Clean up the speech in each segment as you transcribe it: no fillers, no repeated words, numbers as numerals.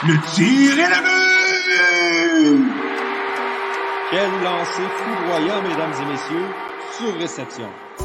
Le tir est le but! Quel lancer foudroyant, mesdames et messieurs, sur réception.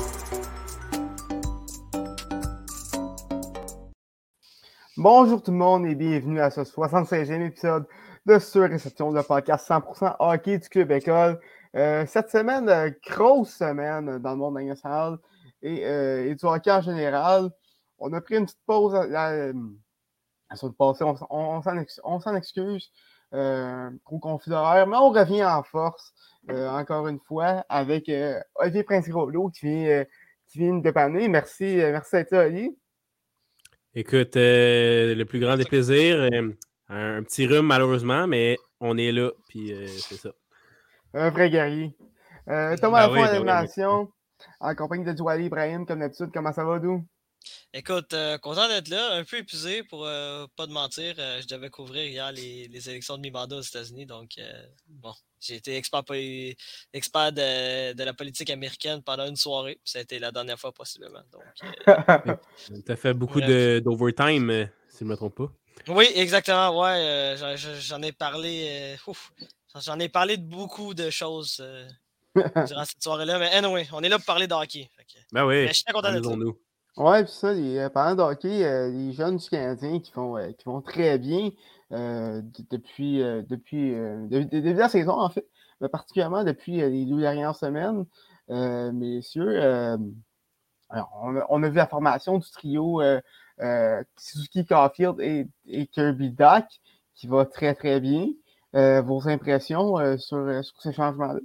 Bonjour tout le monde et bienvenue à ce 65e épisode de Sur Réception, le podcast 100% hockey du Club École. Cette semaine, grosse semaine dans le monde national et du hockey en général. On a pris une petite pause la semaine passée, on s'en excuse, trop conflit d'horaire, mais on revient en force encore une fois avec Olivier Prince-Groslo qui vient nous dépanner. Merci d'être là, Olivier. Écoute, le plus grand des plaisirs, un petit rhume malheureusement, mais on est là, puis c'est ça. Un vrai guerrier. Thomas Lafont à l'animation, en compagnie de Joali Ibrahim, comme d'habitude. Comment ça va, Dou? Écoute, content d'être là, un peu épuisé pour pas te mentir. Je devais couvrir hier les élections de mi-mandat aux États-Unis, donc bon, j'ai été expert de la politique américaine pendant une soirée, puis ça a été la dernière fois possiblement. Donc, t'as fait beaucoup d'overtime, si je ne me trompe pas. Oui, exactement, ouais, j'en ai parlé, j'en ai parlé de beaucoup de choses durant cette soirée-là, mais anyway, on est là pour parler de hockey. Ben oui, mais je suis très content d'être là. nous. Ouais, puis ça, parlant de hockey, les jeunes du Canadien qui font très bien depuis le début de la saison, en fait, mais particulièrement depuis les 2 dernières semaines. Messieurs, alors, on a vu la formation du trio Suzuki, Caulfield et Kirby Dach qui va très, très bien. Vos impressions sur ces changements-là?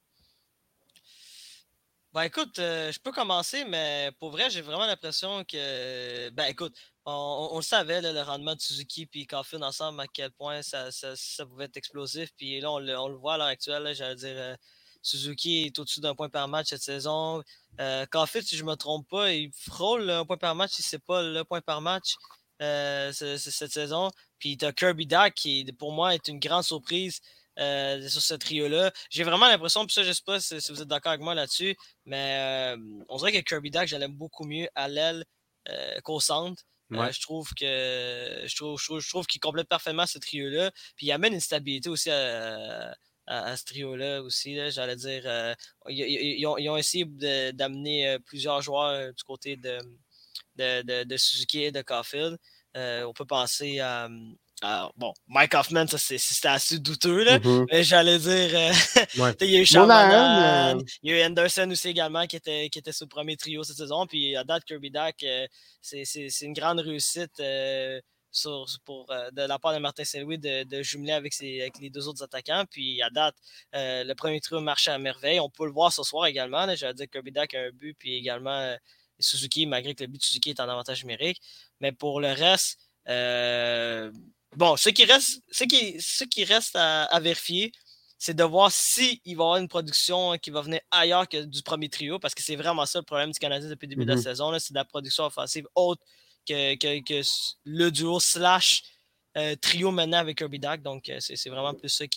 Ben écoute, je peux commencer, mais pour vrai, j'ai vraiment l'impression que... Ben écoute, on le savait, là, le rendement de Suzuki et Caulfield ensemble, à quel point ça pouvait être explosif. Puis là, on le voit à l'heure actuelle, là, j'allais dire, Suzuki est au-dessus d'un point par match cette saison. Caulfield, si je ne me trompe pas, il frôle un point par match, si ce n'est pas le point par match cette saison. Puis tu as Kirby Dach, qui pour moi est une grande surprise. Sur ce trio-là. J'ai vraiment l'impression, puis ça, je ne sais pas si vous êtes d'accord avec moi là-dessus, mais on dirait que Kirby Dach, je l'aime beaucoup mieux à l'aile qu'au centre. Ouais. Je trouve qu'il complète parfaitement ce trio-là. Puis il amène une stabilité aussi à ce trio-là aussi. Là, j'allais dire, ils ont essayé d'amener plusieurs joueurs du côté de Suzuki et de Caulfield. On peut penser à... bon, Mike Hoffman, ça c'était assez douteux, là. Mm-hmm. Mais j'allais dire, ouais. il y a eu Sharman, il y a eu Anderson aussi également qui était sur le premier trio cette saison. Puis à date, Kirby Dach, c'est une grande réussite de la part de Martin Saint-Louis de jumeler avec les deux autres attaquants. Puis à date, le premier trio marchait à merveille. On peut le voir ce soir également. Là. J'allais dire Kirby Dach a un but, puis également Suzuki, malgré que le but de Suzuki est en avantage numérique. Mais pour le reste, bon, ce qui reste à vérifier, c'est de voir s'il va y avoir une production qui va venir ailleurs que du premier trio, parce que c'est vraiment ça le problème du Canadien depuis le début de la saison, là, c'est de la production offensive autre que le duo / trio maintenant avec Kirby Dach. Donc, c'est vraiment plus ça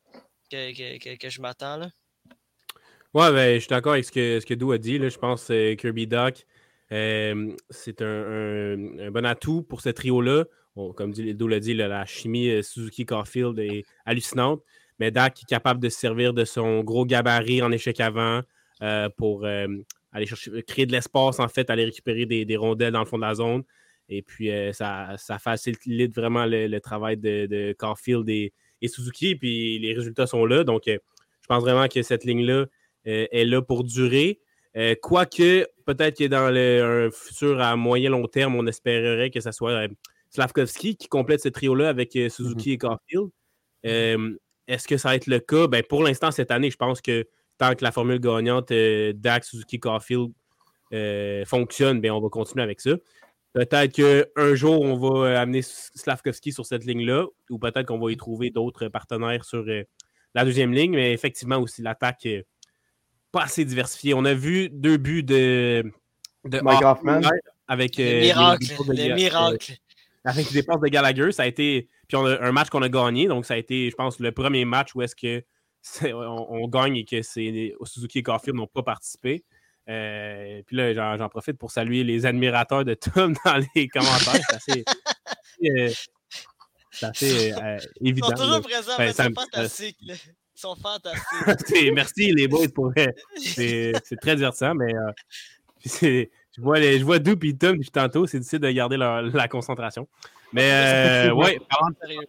que je m'attends. Là. Ouais, ben, je suis d'accord avec ce que Dou a dit. Là. Je pense que Kirby Dach, c'est un bon atout pour ce trio-là. Comme Dou l'a dit, la chimie Suzuki-Caulfield est hallucinante. Mais Dach est capable de se servir de son gros gabarit en échec avant pour aller créer de l'espace, en fait, aller récupérer des rondelles dans le fond de la zone. Et puis, ça facilite vraiment le travail de Caulfield et Suzuki. Puis, les résultats sont là. Donc, je pense vraiment que cette ligne-là est là pour durer. Quoique, peut-être que dans un futur à moyen-long terme, on espérerait que ce soit Slavkovski qui complète ce trio-là avec Suzuki et Caulfield. Est-ce que ça va être le cas? Ben, pour l'instant, cette année, je pense que tant que la formule gagnante Dach, Suzuki, Caulfield fonctionne, ben, on va continuer avec ça. Peut-être qu'un jour, on va amener Slavkovski sur cette ligne-là, ou peut-être qu'on va y trouver d'autres partenaires sur la deuxième ligne, mais effectivement aussi l'attaque pas assez diversifiée. On a vu 2 buts de Mike Hoffman avec le miracle. avec des passes de Gallagher. Ça a été. Puis on a un match qu'on a gagné, donc ça a été, je pense, le premier match où est-ce que on gagne et que Suzuki et Caulfield n'ont pas participé. Puis là, j'en profite pour saluer les admirateurs de Tom dans les commentaires. c'est assez évident. Ils sont toujours là. présents, Ben, mais ils ça sont me- fantastiques. Là. Ils sont fantastiques. Merci les boys pour c'est très divertissant, mais puis je vois Doop et Tom depuis tantôt, c'est difficile de garder la concentration. Mais ouais, parlant de Sérieux.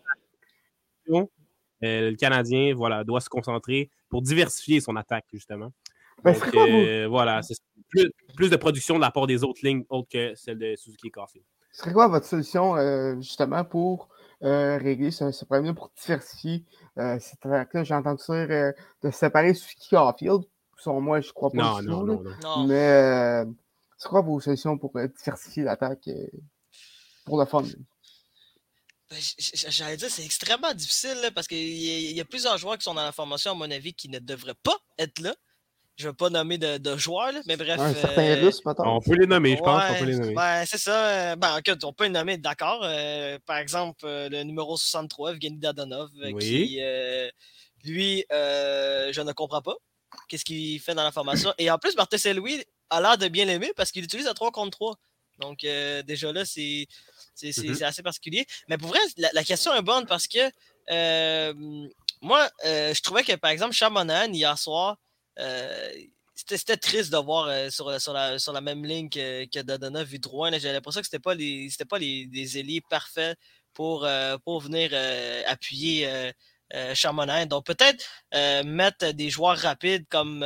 le Canadien doit se concentrer pour diversifier son attaque, justement. Ben, Donc, c'est quoi, vous? voilà, c'est plus de production de la part des autres lignes autres que celle de Suzuki et Caulfield. Ce serait quoi votre solution, justement, pour régler ce problème-là, pour diversifier cette attaque-là? J'ai entendu dire de séparer Suzuki Caulfield. Selon moi, je crois pas Non, du non, tout. non, Là. non. Non. Mais c'est quoi vos solutions pour diversifier l'attaque pour le fun? Ben, j'allais dire, c'est extrêmement difficile là, parce qu'il y a plusieurs joueurs qui sont dans la formation, à mon avis, qui ne devraient pas être là. Je ne veux pas nommer de joueurs, là, mais bref. Un certain russe, peut-être? On peut les nommer, je pense. Ouais, On peut les nommer. ben, c'est ça. Ben, écoute, on peut les nommer, d'accord. Par exemple, le numéro 63, Evgeny Dadonov, Oui. qui, lui, je ne comprends pas qu'est-ce qu'il fait dans la formation. Et en plus, Martin Saint-Louis a l'air de bien l'aimer parce qu'il utilise à 3 contre 3. Donc, déjà là, c'est assez particulier. Mais pour vrai, la question est bonne parce que moi, je trouvais que, par exemple, Chamonahan, hier soir, c'était triste de voir sur la même ligne que Dadonov vu droit. J'avais l'impression que c'était pas les ailiers parfaits pour venir appuyer Chamonahan. Donc, peut-être mettre des joueurs rapides comme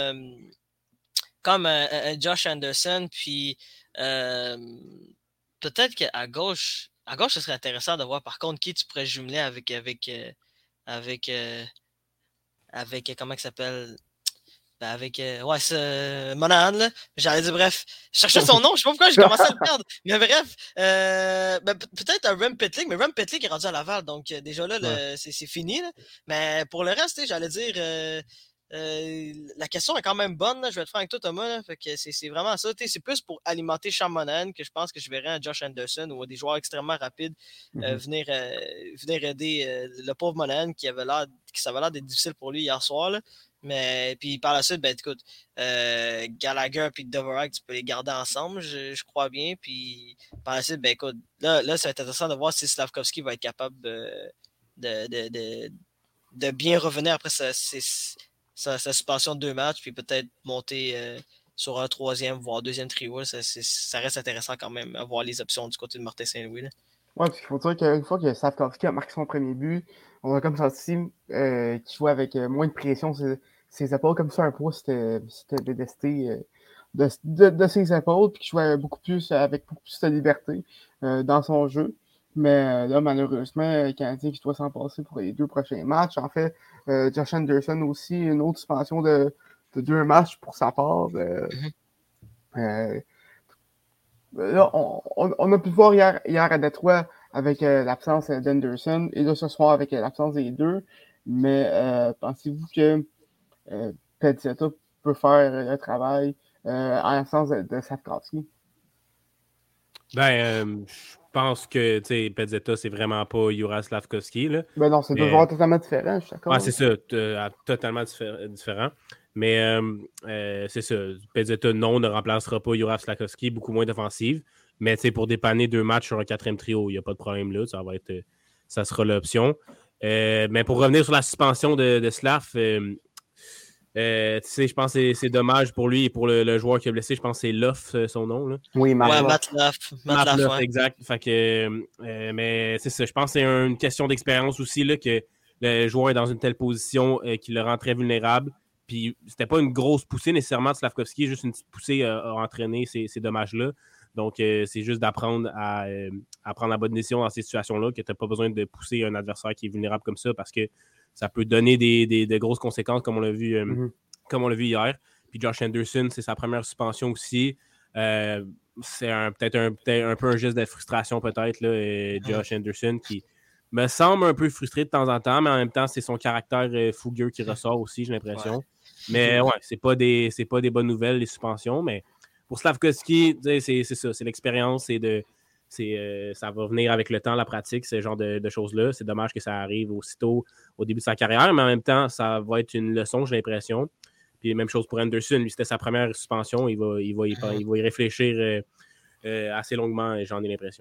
Josh Anderson, puis peut-être qu'à gauche, ce serait intéressant de voir par contre qui tu pourrais jumeler avec comment il s'appelle? Ben avec Monahan, là. J'allais dire bref. Je cherchais son nom, je sais pas pourquoi j'ai commencé à le perdre. Mais bref. Peut-être un Rem Pitlick, mais Rem Pitlick est rendu à Laval, donc déjà là, c'est fini. Là. Mais pour le reste, j'allais dire la question est quand même bonne. Là. Je vais être franc avec toi, Thomas. Là. Fait que c'est vraiment ça. C'est plus pour alimenter Sean Monahan que je pense que je verrais un Josh Anderson ou des joueurs extrêmement rapides venir aider le pauvre Monahan qui ça avait l'air d'être difficile pour lui hier soir. Là. Mais puis par la suite, ben écoute, Gallagher et Dvorak, tu peux les garder ensemble, je crois bien. Puis par la suite, ben écoute, là, ça va être intéressant de voir si Slavkovski va être capable de bien revenir après sa suspension de 2 matchs, puis peut-être monter sur un 3e, voire 2e trio. Ça reste intéressant quand même à voir les options du côté de Martin Saint-Louis. Oui, puis il faut dire qu'une fois que Slavkovski a marqué son premier but, on a comme senti qu'il jouait avec moins de pression. Ses épaules, comme ça, un peu, c'était dédesté de ses épaules, puis qu'il jouait avec beaucoup plus de liberté dans son jeu. Mais là, malheureusement, le Canadien qui doit s'en passer pour les 2 prochains matchs. En fait, Josh Anderson aussi, une autre suspension de 2 matchs pour sa part. Là, on a pu voir hier à Détroit avec l'absence d'Anderson et là ce soir avec l'absence des deux. Mais pensez-vous que Pezzetta peut faire le travail en l'absence de Slavkovski? Ben, je pense que Pezzetta, c'est vraiment pas Juraj Slavkovski. Là. Ben non, c'est 2 joueurs totalement différents, je suis d'accord. Ah, c'est ça, totalement différent. Mais c'est ça, Pezzetta, non, ne remplacera pas Juraj Slavkovski, beaucoup moins d'offensive. Mais pour dépanner 2 matchs sur un 4e trio, il n'y a pas de problème là. Ça sera l'option. Mais pour revenir sur la suspension de Slav, je pense que c'est dommage pour lui et pour le joueur qui a blessé. Je pense que c'est Loff, son nom. Là. Oui, Matt Loff, exact. Fait que, mais c'est ça. Je pense que c'est une question d'expérience aussi là, que le joueur est dans une telle position qui le rend très vulnérable. Puis c'était pas une grosse poussée nécessairement de Slavkovski, juste une petite poussée à entraîner ces dommages-là. Donc, c'est juste d'apprendre à prendre la bonne décision dans ces situations-là, que tu n'as pas besoin de pousser un adversaire qui est vulnérable comme ça parce que ça peut donner des grosses conséquences, comme on l'a vu, hier. Puis Josh Anderson, c'est sa première suspension aussi. C'est peut-être un peu un geste de frustration, peut-être, là, Josh Anderson, qui me semble un peu frustré de temps en temps, mais en même temps, c'est son caractère fougueux qui ressort aussi, j'ai l'impression. Ouais. Mais ouais, c'est pas des bonnes nouvelles, les suspensions, mais pour Slavkovski, c'est ça, c'est l'expérience, ça va venir avec le temps, la pratique, ce genre de choses-là. C'est dommage que ça arrive aussitôt au début de sa carrière, mais en même temps, ça va être une leçon, j'ai l'impression. Puis même chose pour Anderson, lui, c'était sa première suspension. Il va y réfléchir assez longuement, j'en ai l'impression.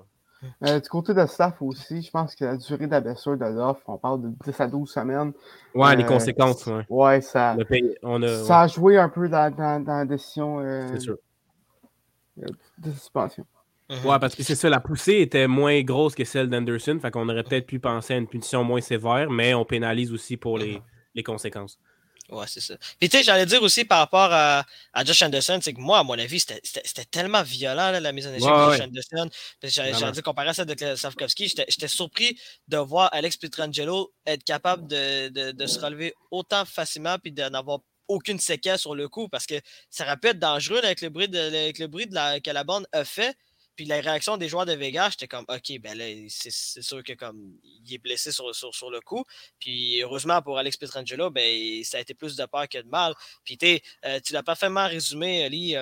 Du côté de staff aussi, je pense que la durée de la blessure de Love, on parle de 10 à 12 semaines. Ouais, les conséquences, ouais. Ouais, ça a joué un peu dans la décision c'est sûr. de suspension. Ouais, parce que c'est ça, la poussée était moins grosse que celle d'Anderson, fait qu'on aurait peut-être pu penser à une punition moins sévère, mais on pénalise aussi pour les conséquences. Ouais, c'est ça. Puis tu sais, j'allais dire aussi par rapport à Josh Anderson, c'est que moi, à mon avis, c'était tellement violent là, la mise en échec de Josh Anderson. J'allais dire, comparé à ça de Slavkovski, j'étais surpris de voir Alex Pietrangelo être capable de se relever autant facilement puis de n'avoir aucune séquelle sur le coup parce que ça aurait pu être dangereux là, avec le bruit que la bande a fait. Puis la réaction des joueurs de Vegas, j'étais comme, OK, ben là, c'est sûr que comme il est blessé sur le coup. Puis heureusement pour Alex Pietrangelo, ben, ça a été plus de peur que de mal. Puis tu l'as parfaitement résumé, Oli.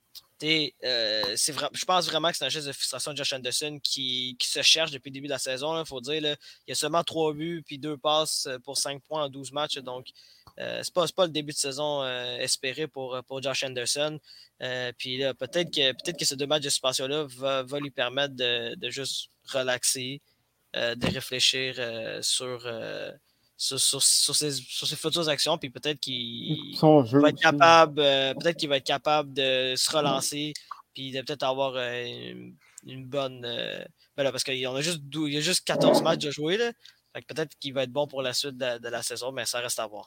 Je pense vraiment que c'est un geste de frustration de Josh Anderson qui se cherche depuis le début de la saison. Il faut dire, là, il y a seulement 3 buts puis 2 passes pour 5 points en 12 matchs. Donc, c'est pas le début de saison espéré pour Josh Anderson. Puis là, peut-être que ces 2 matchs de suspension-là va lui permettre de juste relaxer, de réfléchir sur ses futures actions, puis peut-être qu'il va être capable, de se relancer, puis de peut-être avoir une bonne. Ben là, parce qu'il y a juste 14 matchs de jouer, là. Fait que peut-être qu'il va être bon pour la suite de la saison, mais ça reste à voir.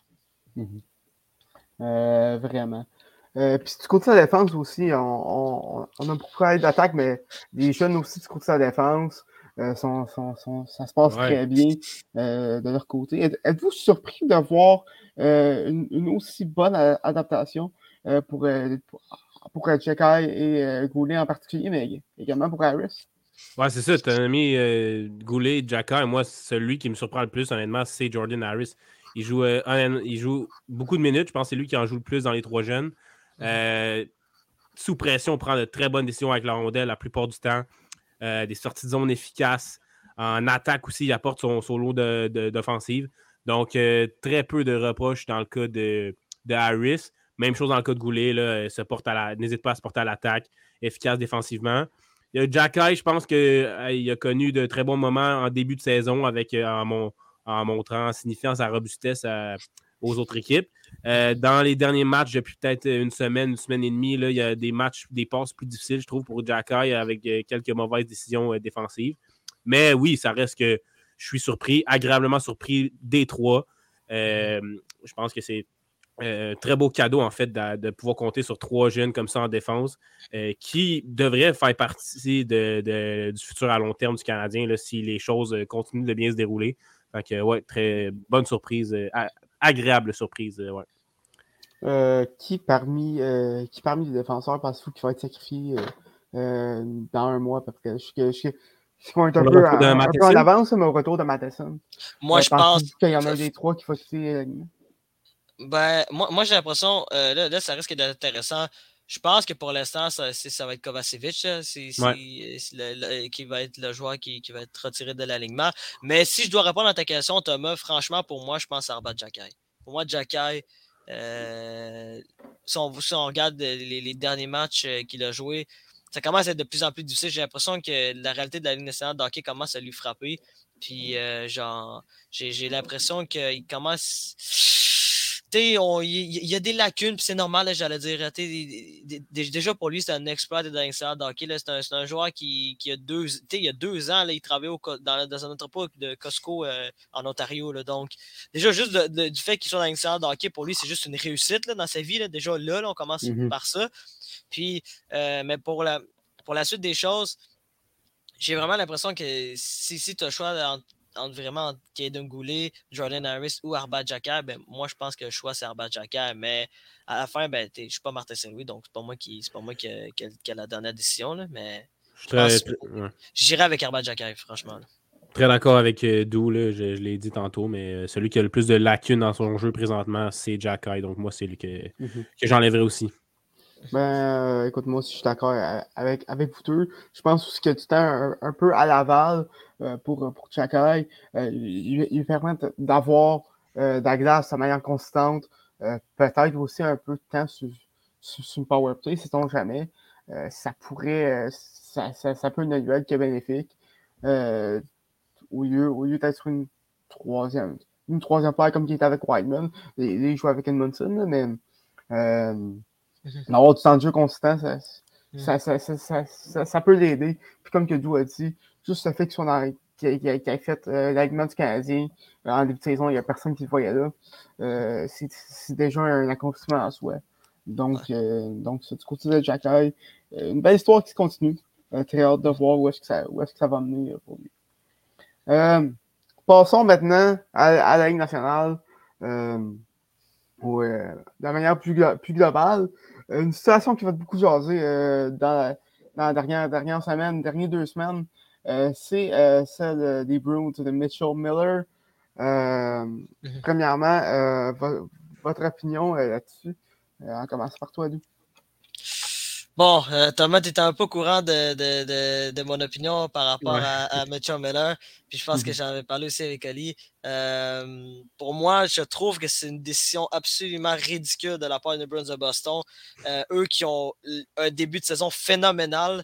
Vraiment. Puis du côté de la défense aussi, on a beaucoup parlé d'attaque, mais les jeunes aussi du côté de la défense, ça se passe très bien de leur côté. Êtes-vous surpris de voir une aussi bonne adaptation pour Jekai et Goulet en particulier, mais également pour Harris? Ouais, c'est ça. Tu as mis Goulet, Xhaka, et moi, celui qui me surprend le plus, honnêtement, c'est Jordan Harris. Il joue beaucoup de minutes. Je pense que c'est lui qui en joue le plus dans les 3 jeunes. Sous pression, on prend de très bonnes décisions avec la rondelle la plupart du temps. Des sorties de zone efficaces. En attaque aussi, il apporte son lot d'offensive. Donc, très peu de reproches dans le cas de Harris. Même chose dans le cas de Goulet. N'hésite pas à se porter à l'attaque. Efficace défensivement. Xhaka, je pense qu'il a connu de très bons moments en début de saison en signifiant sa robustesse aux autres équipes. Dans les derniers matchs, depuis peut-être une semaine et demie, là, il y a des passes plus difficiles, je trouve, pour Xhaka avec quelques mauvaises décisions défensives. Mais oui, ça reste que je suis surpris, agréablement surpris des 3. Je pense que c'est un très beau cadeau, en fait, de pouvoir compter sur 3 jeunes comme ça en défense qui devraient faire partie du futur à long terme du Canadien là, si les choses continuent de bien se dérouler. Fait que, ouais, très bonne surprise, agréable surprise, ouais. Qui parmi les défenseurs pensez-vous qu'il va être sacrifié dans un mois à peu près? Je suis un peu en avance, mais au retour de Matheson. Moi, je pense qu'il y en a un des 3 qui va quitter. Ben, moi j'ai l'impression, là, ça risque d'être intéressant. Je pense que pour l'instant, ça va être Kovacevic qui va être le joueur qui va être retiré de l'alignement. Mais si je dois répondre à ta question, Thomas, franchement, pour moi, je pense à Arbat Xhaka. Pour moi, Xhaka, si on regarde les derniers matchs qu'il a joués, ça commence à être de plus en plus difficile. J'ai l'impression que la réalité de la Ligue nationale de hockey commence à lui frapper. Puis, j'ai l'impression qu'il commence. Il y a des lacunes, puis c'est normal, là, j'allais dire. Déjà, pour lui, c'est un exploit de l'extérieur d'hockey. C'est un joueur qui a 2 ans, là, il travaillait dans un entrepôt de Costco en Ontario. Là, donc, déjà, juste du fait qu'il soit dans l'extérieur d'hockey, pour lui, c'est juste une réussite là, dans sa vie. Là. Déjà, là, on commence par ça. Puis, mais pour la suite des choses, j'ai vraiment l'impression que si tu as le choix entre vraiment Kaden Goulet, Jordan Harris ou Arbat Xhaka, ben moi je pense que le choix c'est Arbat Xhaka, mais à la fin, ben je suis pas Martin Saint-Louis, donc c'est pas moi qui a la dernière décision, là, mais j'irai avec Arbat Xhaka, franchement. Là. Très d'accord avec Dou, je l'ai dit tantôt, mais celui qui a le plus de lacunes dans son jeu présentement, c'est Xhaka, donc moi c'est lui que j'enlèverai aussi. Ben, écoute, moi aussi, je suis d'accord avec vous deux. Je pense aussi que tu tends un peu à l'aval pour Xhaka. Il permet d'avoir de la glace de manière constante. Peut-être aussi un peu de temps sur une powerplay, sait-on jamais. Ça pourrait, ça peut être une nouvelle qui est bénéfique. au lieu d'être sur une troisième paire comme il était avec Wideman. Il joue avec Edmondson, là, mais d'avoir du temps de jeu consistant, ça peut l'aider. Puis comme que Dou a dit, juste le fait qu'il a fait l'alignement du Canadien en début de saison, il n'y a personne qui le voyait là. C'est déjà un accomplissement en soi. Donc du côté de Xhekaj, une belle histoire qui se continue. Très hâte de voir où est-ce que ça va mener pour lui. Passons maintenant à la Ligue nationale. De manière plus globale. Une situation qui va beaucoup jaser dans la dernière semaine, dernières 2 semaines, c'est celle des Bruins de Mitchell Miller. Premièrement, votre opinion là-dessus. On commence par toi, Lou. Bon, Thomas, tu étais un peu au courant de mon opinion par rapport à Mitchell Miller. Puis je pense que j'en avais parlé aussi avec Ali. Pour moi, je trouve que c'est une décision absolument ridicule de la part des Bruins de Boston. Eux qui ont un début de saison phénoménal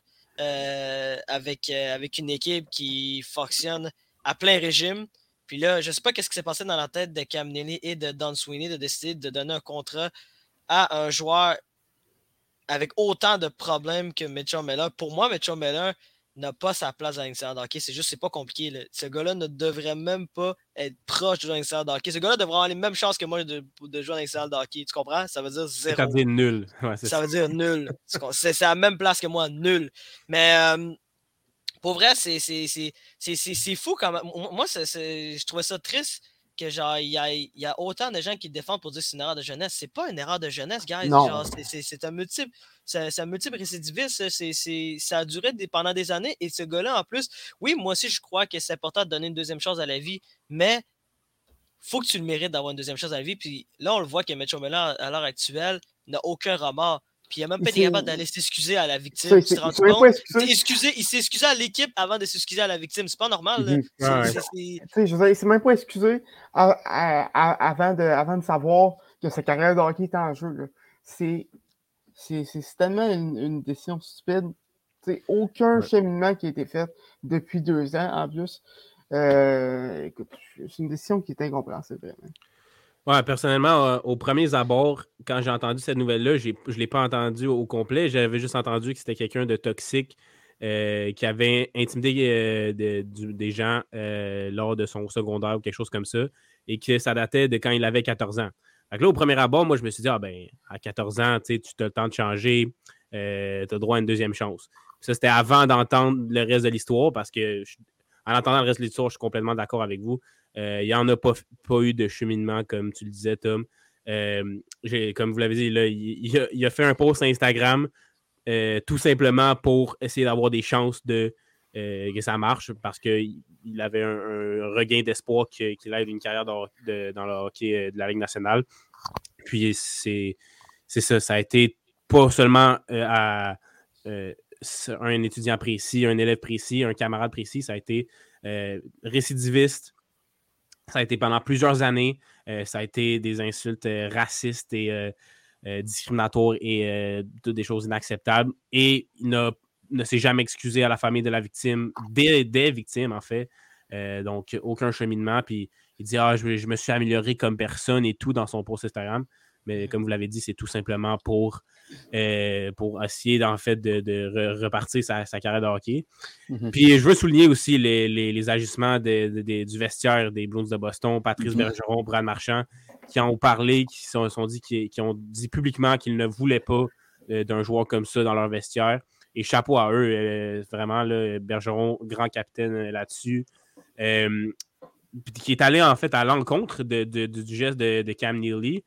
avec une équipe qui fonctionne à plein régime. Puis là, je ne sais pas ce qui s'est passé dans la tête de Cam Neely et de Don Sweeney de décider de donner un contrat à un joueur avec autant de problèmes que Mitchell Miller. Pour moi, Mitchell Miller n'a pas sa place dans l'Institut d'hockey. C'est pas compliqué. Là. Ce gars-là ne devrait même pas être proche de l'Institut d'hockey. Ce gars-là devrait avoir les mêmes chances que moi de jouer dans l'Institut d'hockey. Tu comprends? Ça veut dire zéro. Ça veut dire nul. Ouais, ça veut dire nul. C'est à la même place que moi, nul. Mais pour vrai, c'est fou quand même. Moi, je trouvais ça triste que genre il y a autant de gens qui défendent pour dire que c'est une erreur de jeunesse. C'est pas une erreur de jeunesse, guys. Non. Genre, c'est un multiple. C'est un multiple récidiviste. Ça a duré pendant des années. Et ce gars-là, en plus, oui, moi aussi, je crois que c'est important de donner une deuxième chance à la vie, mais faut que tu le mérites d'avoir une deuxième chance à la vie. Puis là, on le voit que Mitchell Miller, à l'heure actuelle, n'a aucun remords. Puis il n'a même pas été capable d'aller s'excuser à la victime. Il s'est excusé à l'équipe avant de s'excuser à la victime. C'est pas normal. Là. C'est même pas excusé avant de savoir que sa carrière de hockey était en jeu. C'est tellement une décision stupide. Aucun cheminement qui a été fait depuis 2 ans en plus. Écoute, c'est une décision qui est incompréhensible, vraiment. Ouais, personnellement, aux premiers abords, quand j'ai entendu cette nouvelle-là, je ne l'ai pas entendu au complet. J'avais juste entendu que c'était quelqu'un de toxique qui avait intimidé des gens lors de son secondaire ou quelque chose comme ça, et que ça datait de quand il avait 14 ans. Fait que là, au premier abord, moi, je me suis dit, à 14 ans, tu as le temps de changer, tu as droit à une deuxième chance. Puis ça, c'était avant d'entendre le reste de l'histoire, parce que en entendant le reste de l'histoire, je suis complètement d'accord avec vous. Il n'y en a pas eu de cheminement, comme tu le disais, Tom. Comme vous l'avez dit, là, il a fait un post Instagram tout simplement pour essayer d'avoir des chances que ça marche, parce qu'il avait un regain d'espoir qu'il ait une carrière dans le hockey de la Ligue nationale. Puis c'est ça. Ça a été pas seulement à un étudiant précis, un élève précis, un camarade précis. Ça a été récidiviste. Ça a été pendant plusieurs années. Ça a été des insultes racistes et discriminatoires et toutes des choses inacceptables. Et il ne s'est jamais excusé à la famille de la victime, des victimes, en fait. Donc, aucun cheminement. Puis, il dit « je me suis amélioré comme personne et tout » dans son post Instagram. Mais comme vous l'avez dit, c'est tout simplement pour essayer, en fait, de repartir sa carrière de hockey. Mm-hmm. Puis, je veux souligner aussi les agissements du vestiaire des Bruins de Boston, Patrice Bergeron, Brad Marchand, qui ont parlé, qui ont dit publiquement qu'ils ne voulaient pas d'un joueur comme ça dans leur vestiaire. Et chapeau à eux, vraiment, là, Bergeron, grand capitaine là-dessus. Qui est allé, en fait, à l'encontre du geste de Cam Neely.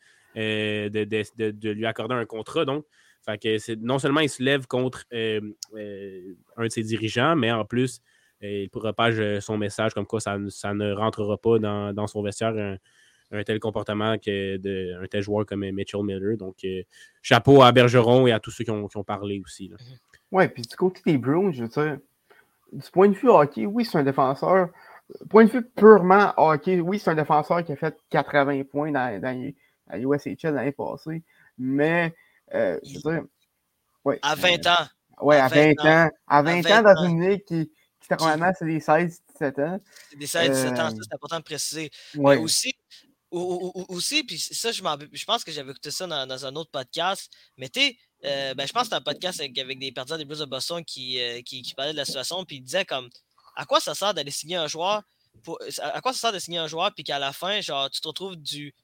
De lui accorder un contrat. Donc, fait que non seulement il se lève contre un de ses dirigeants, mais en plus, il propage son message comme quoi ça ne rentrera pas dans son vestiaire un tel comportement d'un tel joueur comme Mitchell Miller. Donc, chapeau à Bergeron et à tous ceux qui ont parlé aussi. Oui, puis du côté des Bruins, je veux dire, du point de vue hockey, oui, c'est un défenseur. Du point de vue purement hockey, oui, c'est un défenseur qui a fait 80 points dans à USHL l'année passée, mais je veux dire, ouais, à 20 ans. Ouais, à 20 ans. À 20 ans dans une ligue qui normalement, c'est des 16-17 ans. C'est des 16-17 ans, ça, c'est important de préciser. Ouais. Mais aussi, puis ça, je pense que j'avais écouté ça dans un autre podcast, mais je pense que c'était un podcast avec des partisans des Blues de Boston qui parlaient de la situation, puis ils disaient comme, à quoi ça sert d'aller signer un joueur, à quoi ça sert de signer un joueur, puis qu'à la fin, genre, tu te retrouves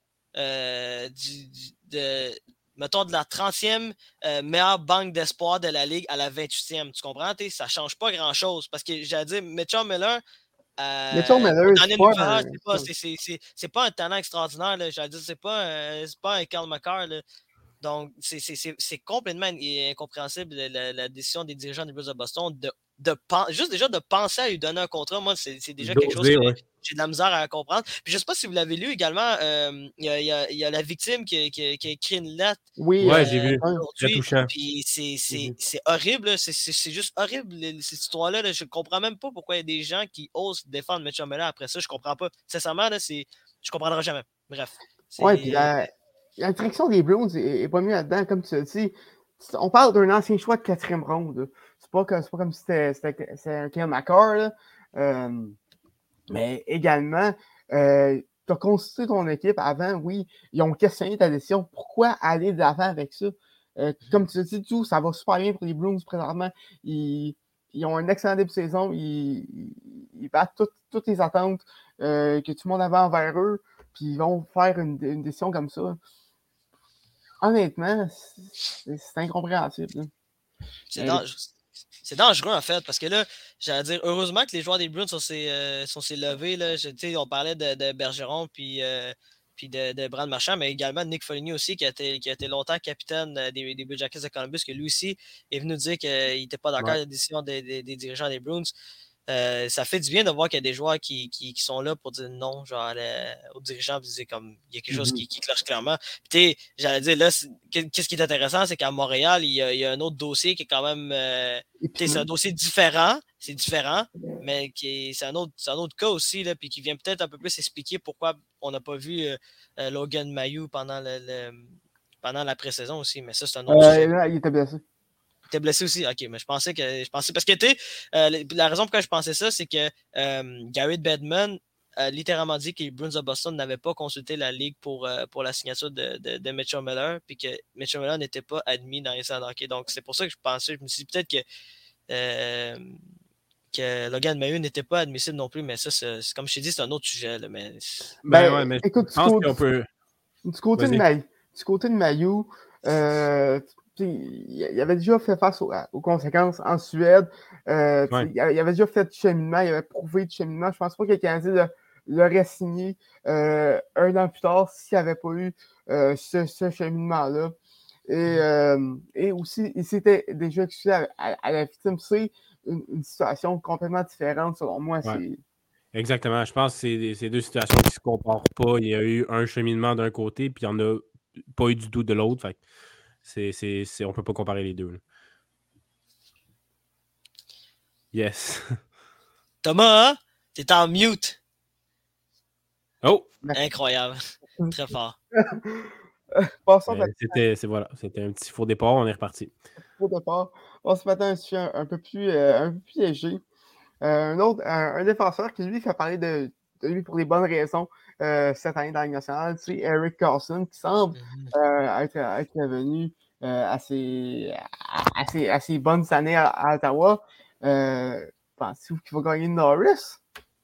mettons, de la 30e meilleure banque d'espoir de la Ligue à la 28e, tu comprends? Ça change pas grand-chose, parce que, j'allais dire, Mitchell Miller, Mitchell Miller, c'est pas un talent extraordinaire. Là. J'allais dire, c'est pas un Kyle McCarr. Là. Donc, c'est complètement incompréhensible la décision des dirigeants des Blues de Boston juste déjà de penser à lui donner un contrat. Moi, c'est déjà quelque chose que j'ai de la misère à comprendre. Puis, je ne sais pas si vous l'avez lu également, il y a la victime qui a écrit une lettre. Oui, j'ai vu. Très touchant. Puis c'est horrible. Là. C'est juste horrible, cette histoire-là. Là. Je ne comprends même pas pourquoi il y a des gens qui osent défendre Mitchell Miller après ça. Je ne comprends pas. Sincèrement, là, je ne comprendrai jamais. Bref. Oui, puis la direction des Bruins est pas mise là-dedans, comme tu l'as dit. On parle d'un ancien choix de 4e ronde. C'est pas comme si c'était un Kyle McCarr. Mais également, tu as constitué ton équipe avant, oui. Ils ont questionné ta décision. Pourquoi aller de l'avant avec ça? Comme tu l'as dit, tout, ça va super bien pour les Bruins présentement. Ils ont un excellent début de saison. Ils battent toutes les attentes que tout le monde avait envers eux. Puis ils vont faire une décision comme ça. Honnêtement, c'est incompréhensible. C'est dangereux, en fait, parce que là, j'allais dire, heureusement que les joueurs des Bruins sont ces levés. Là. On parlait de Bergeron puis de Brad Marchand, mais également de Nick Foligny aussi, qui a été longtemps capitaine des Blue Jackets de Columbus, que lui aussi est venu dire qu'il n'était pas d'accord avec la décision des dirigeants des Bruins. Ça fait du bien de voir qu'il y a des joueurs qui sont là pour dire non, genre aux dirigeants, puis dire comme il y a quelque chose qui cloche clairement. Puis j'allais dire là, qu'est-ce qui est intéressant, c'est qu'à Montréal, il y a un autre dossier qui est quand même c'est un dossier différent, mais c'est un autre cas aussi, là, puis qui vient peut-être un peu plus expliquer pourquoi on n'a pas vu Logan Mailloux pendant la pré-saison aussi, mais ça, c'est un autre sujet. Là, il était blessé. T'es blessé aussi? Ok, mais je pensais parce que la raison pourquoi je pensais ça, c'est que Gary Bettman a littéralement dit que les Bruins de Boston n'avaient pas consulté la Ligue pour la signature de Mitchell Miller, puis que Mitchell Miller n'était pas admis dans les salles d'hockey. Donc c'est pour ça que je me suis dit peut-être que Logan Mailloux n'était pas admissible non plus, mais ça, c'est comme je t'ai dit, c'est un autre sujet. Là, mais... mais écoute, je pense qu'on peut... Du côté de Mailloux, il avait déjà fait face aux conséquences en Suède. Il avait déjà fait du cheminement, il avait prouvé du cheminement. Je pense pas que le Canadien l'aurait signé un an plus tard s'il n'y avait pas eu ce cheminement-là. Et aussi, il s'était déjà excusé à la victime. C'est une situation complètement différente, selon moi. Ouais. Exactement. Je pense que c'est deux situations qui ne se comparent pas. Il y a eu un cheminement d'un côté, puis il n'y en a pas eu du tout de l'autre. Fait on ne peut pas comparer les deux. Là. Yes. Thomas, t'es en mute. Oh! Incroyable. Très fort. C'était un petit faux départ. On est reparti. Faux départ. On se mettait un sujet un peu plus léger. Un défenseur qui, lui, fait parler de lui pour les bonnes raisons cette année dans la Ligue nationale, c'est Erik Karlsson, qui semble être revenu à ses bonnes années à Ottawa. Pensez-vous qu'il va gagner Norris?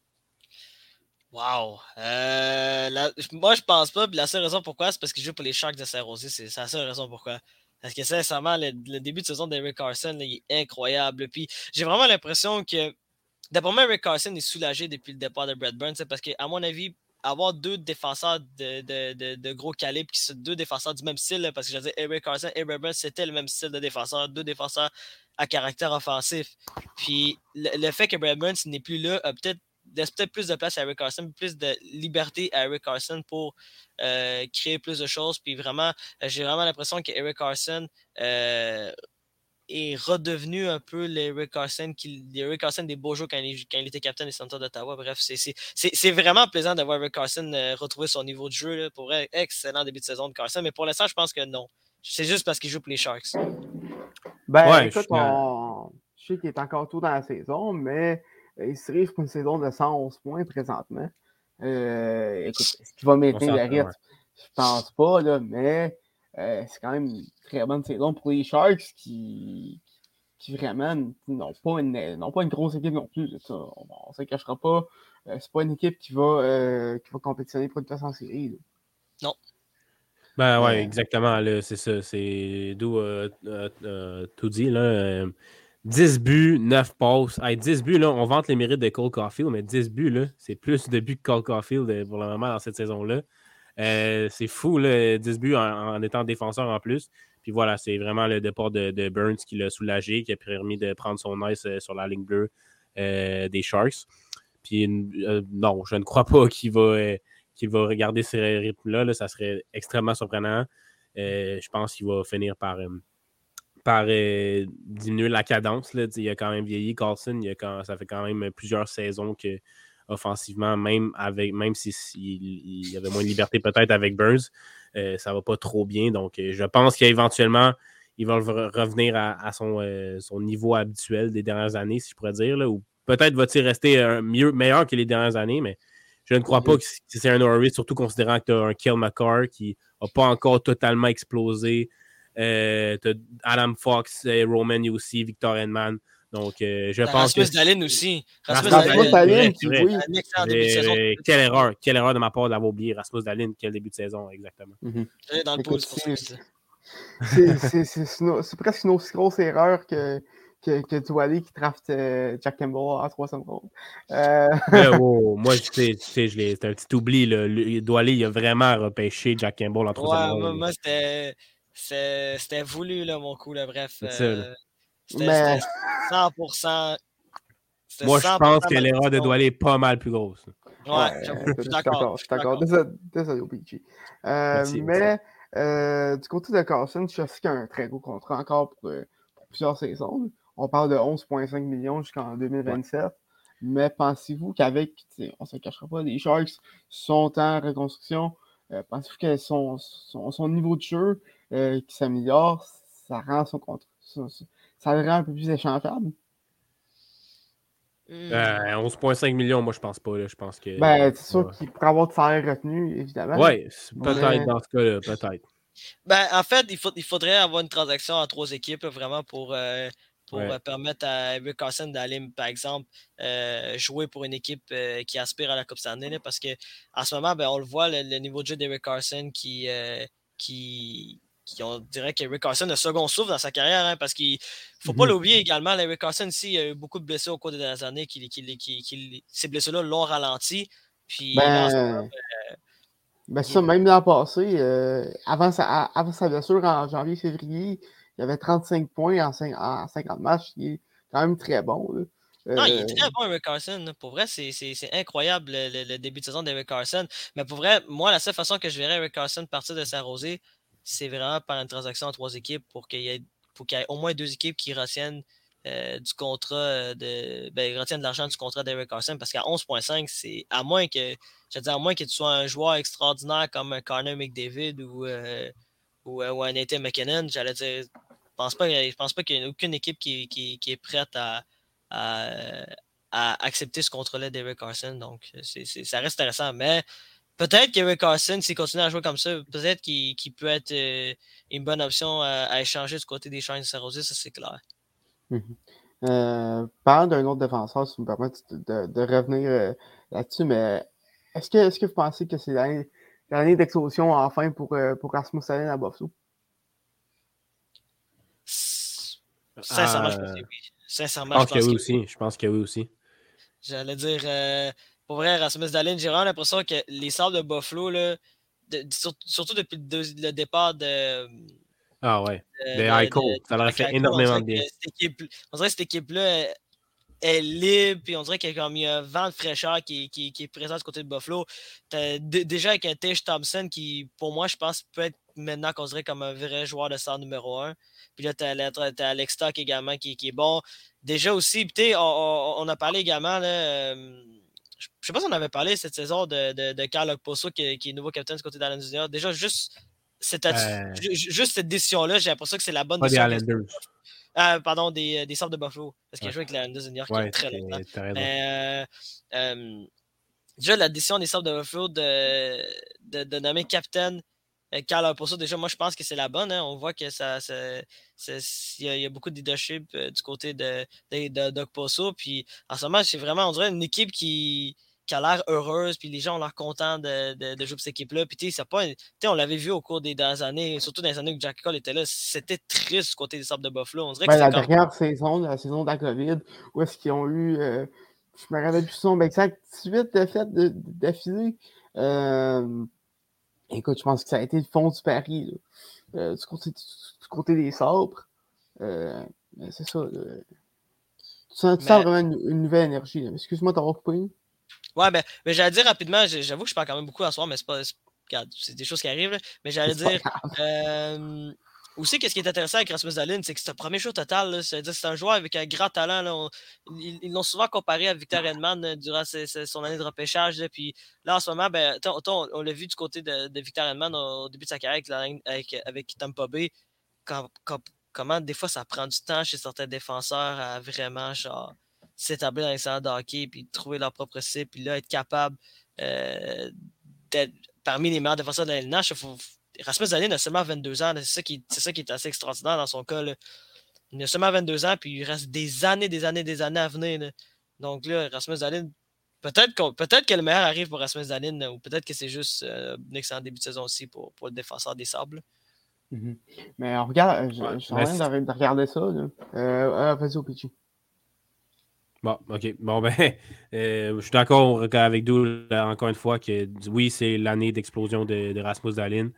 Wow. Moi, je pense pas. Puis la seule raison pourquoi, c'est parce qu'il joue pour les Sharks de Saint-Rosé. C'est la seule raison pourquoi. Parce que sincèrement, le début de saison d'Erik Karlsson, il est incroyable. Puis j'ai vraiment l'impression que, d'après moi, Erik Karlsson est soulagé depuis le départ de Brad Burns. Parce qu'à mon avis, avoir deux défenseurs de gros calibre, qui sont deux défenseurs du même style, là, parce que je veux dire, Erik Karlsson et Brad Burns, c'était le même style de défenseur, deux défenseurs à caractère offensif. Puis le fait que Brad Burns n'est plus là laisse peut-être plus de place à Erik Karlsson, plus de liberté à Erik Karlsson pour créer plus de choses. Puis vraiment, j'ai vraiment l'impression que Erik Karlsson est redevenu un peu l'Erik Karlsson des beaux jours quand il était capitaine des Senators d'Ottawa. Bref, c'est vraiment plaisant de voir Erik Karlsson retrouver son niveau de jeu. Là, pour vrai, excellent début de saison de Karlsson, mais pour l'instant, je pense que non. C'est juste parce qu'il joue pour les Sharks. Écoute, je sais qu'il est encore tôt dans la saison, mais il se dirige pour une saison de 111 points présentement. Écoute, est-ce qu'il va maintenir le rythme? Je pense pas, là, mais c'est quand même une très bonne saison pour les Sharks qui vraiment n'ont pas une grosse équipe non plus. Ça, on ne se cachera pas. C'est pas une équipe qui va compétitionner pour une place en série. Là. Non. Ben ouais, exactement. Là, c'est ça. C'est d'où tout dit. Là, 10 buts, 9 passes. Hey, 10 buts, là, on vante les mérites de Cole Caulfield, mais 10 buts, là, c'est plus de buts que Cole Caulfield pour le moment dans cette saison-là. C'est fou, là, 10 buts en étant défenseur en plus. Puis voilà, c'est vraiment le départ de Burns qui l'a soulagé, qui a permis de prendre son ice sur la ligne bleue des Sharks. Puis non, je ne crois pas qu'il va regarder ces rythmes-là. Là, ça serait extrêmement surprenant. Je pense qu'il va finir par diminuer la cadence. Là. Il a quand même vieilli, Carlson. Ça fait quand même plusieurs saisons que offensivement, même s'il y avait moins de liberté peut-être avec Burns, ça va pas trop bien. Donc, je pense qu'éventuellement, il va revenir à son niveau habituel des dernières années, si je pourrais dire. Là, ou peut-être va-t-il rester meilleur que les dernières années, mais je ne crois pas que c'est un Norris, surtout considérant que tu as un Cale Makar qui n'a pas encore totalement explosé. Tu as Adam Fox, Roman aussi, Victor Hedman. Donc, je pense Rasmus Dahlin aussi. Rasmus Dahlin, oui. Un excellent début de saison. Quelle erreur de ma part d'avoir oublié Rasmus Dahlin. Quel début de saison, exactement. Dans le pool, c'est pour ça que c'est presque une aussi grosse erreur que Doualé qui draft Jack Campbell en 3e ronde. Moi, c'est un petit oubli. Doualé, il a vraiment repêché Jack Campbell en 3e ronde. Moi, c'était voulu, là, mon coup. Là. Bref, c'était 100%. Moi, je pense que l'erreur de Doualé est pas mal plus grosse. Ouais, je suis d'accord. Désolé, OPG. Mais du côté de Carlson, je sais qu'il a un très gros contrat encore pour plusieurs saisons. On parle de 11,5 millions jusqu'en 2027. Ouais. Mais pensez-vous qu'avec, on ne se cachera pas, les Sharks sont en reconstruction. Pensez-vous que son niveau de jeu qui s'améliore, ça rend son contrat, ça le rend un peu plus échangeable? 11,5 millions, moi, je pense pas. Là. Je pense que. C'est sûr qu'il pourrait avoir de salaire retenu, évidemment. Oui, peut-être dans ce cas-là, peut-être. En fait, il faudrait avoir une transaction en 3 équipes, là, vraiment, pour permettre à Erik Karlsson d'aller, par exemple, jouer pour une équipe qui aspire à la Coupe Stanley, là, parce qu'en ce moment, on le voit, le niveau de jeu d'Erik Karlsson qui on dirait qu'Erik Karlsson a second souffle dans sa carrière, hein, parce qu'il ne faut pas l'oublier également, Erik Karlsson, ici, il a eu beaucoup de blessures au cours des dernières années, ces blessures-là l'ont ralenti. Puis, ça, même l'an passé, avant sa blessure en janvier-février, il avait 35 points en 50 matchs. Il est quand même très bon. Là. Non, il est très bon, Erik Karlsson. Pour vrai, c'est incroyable le début de saison d'Erik Karlsson. Mais pour vrai, moi, la seule façon que je verrais Erik Karlsson partir de Saint-Rosé, c'est vraiment par une transaction en 3 équipes pour qu'il y ait au moins 2 équipes qui retiennent du contrat retiennent de l'argent du contrat d'Erik Karlsson, parce qu'à 11,5, c'est à moins que tu sois un joueur extraordinaire comme un Connor McDavid ou un Nathan McKinnon, j'allais dire, je pense pas qu'il y ait aucune équipe qui est prête à accepter ce contrat-là d'Erik Karlsson. Donc, ça reste intéressant. Mais peut-être qu'Erik Karlsson, s'il continue à jouer comme ça, peut-être qu'il peut être une bonne option à échanger du côté des Sharks de Saint-Rosé, ça c'est clair. Parlant d'un autre défenseur, si vous me permettez de revenir là-dessus, mais est-ce que vous pensez que c'est l'année d'explosion enfin pour Rasmus Dahlin à Buffalo? Sincèrement, je pense que oui. Sincèrement, je pense que oui aussi. J'allais dire, pour vrai, Rasmus Dahlin, j'ai vraiment l'impression que les Sabres de Buffalo, là, surtout depuis le départ de Eichel, ça leur a fait énormément de bien. On dirait que cette équipe-là est libre, puis on dirait qu'il y a comme un vent de fraîcheur qui est présent du côté de Buffalo. Déjà avec un Tage Thompson qui, pour moi, je pense, peut être maintenant considéré comme un vrai joueur de centre numéro 1. Puis là, t'as Alex Stock également qui est bon. Déjà aussi, puis on a parlé également, là, je sais pas si on avait parlé cette saison de Carl Okposo qui est nouveau capitaine du côté d'Allen Junior. Déjà, juste cette décision-là, j'ai l'impression que c'est la bonne décision. Pardon, des Sabres de Buffalo. Parce qu'il a joué avec les Islanders de New York il y a très longtemps. T'as raison. Mais, déjà, la décision des Sabres de Buffalo de nommer capitaine Kyle Okposo, déjà, moi, je pense que c'est la bonne. Hein. On voit que il y a beaucoup de leadership du côté d'Okposo. Puis en ce moment, c'est vraiment, on dirait, une équipe qui a l'air heureuse, puis les gens ont l'air contents de jouer pour cette équipe-là. Puis on l'avait vu au cours des dernières années, surtout dans les années où Jack Cole était là, c'était triste du côté des Sabres de Buffalo. On dirait que la dernière saison, la saison de la COVID, où est-ce qu'ils ont eu, je me rappelle plus son exact, 18 défaites d'affilée. Écoute, je pense que ça a été le fond du pari du côté des Sabres. C'est ça. Tu sens vraiment une nouvelle énergie. Là. Excuse-moi d'avoir coupé. Ouais, mais j'allais dire rapidement, j'avoue que je parle quand même beaucoup à soir, mais c'est des choses qui arrivent. Là. Mais j'allais dire aussi, qu'est-ce qui est intéressant avec Rasmus Dahlin, c'est que c'est un premier show total. Là, c'est-à-dire c'est un joueur avec un grand talent. Là, ils l'ont souvent comparé à Victor Hedman durant son année de repêchage. Là, puis là, en ce moment, on l'a vu du côté de Victor Hedman au début de sa carrière avec Tampa Bay. Comment des fois ça prend du temps chez certains défenseurs à vraiment s'établir dans les salles de hockey, puis trouver leur propre cible, puis là, être capable d'être parmi les meilleurs défenseurs de la LNH. Rasmus Dahlin a seulement 22 ans. C'est ça qui est assez extraordinaire dans son cas. Là. Il a seulement 22 ans, puis il reste des années à venir. Là. Donc là, Rasmus Dahlin, peut-être que le meilleur arrive pour Rasmus Dahlin, ou peut-être que c'est juste un excellent début de saison aussi pour le défenseur des Sables. Mm-hmm. Mais on regarde, je suis en train de regarder ça. Vas-y au pitch. Bon, OK. Bon, ben, je suis d'accord avec Doux, encore une fois, que oui, c'est l'année d'explosion de Rasmus Dahlin.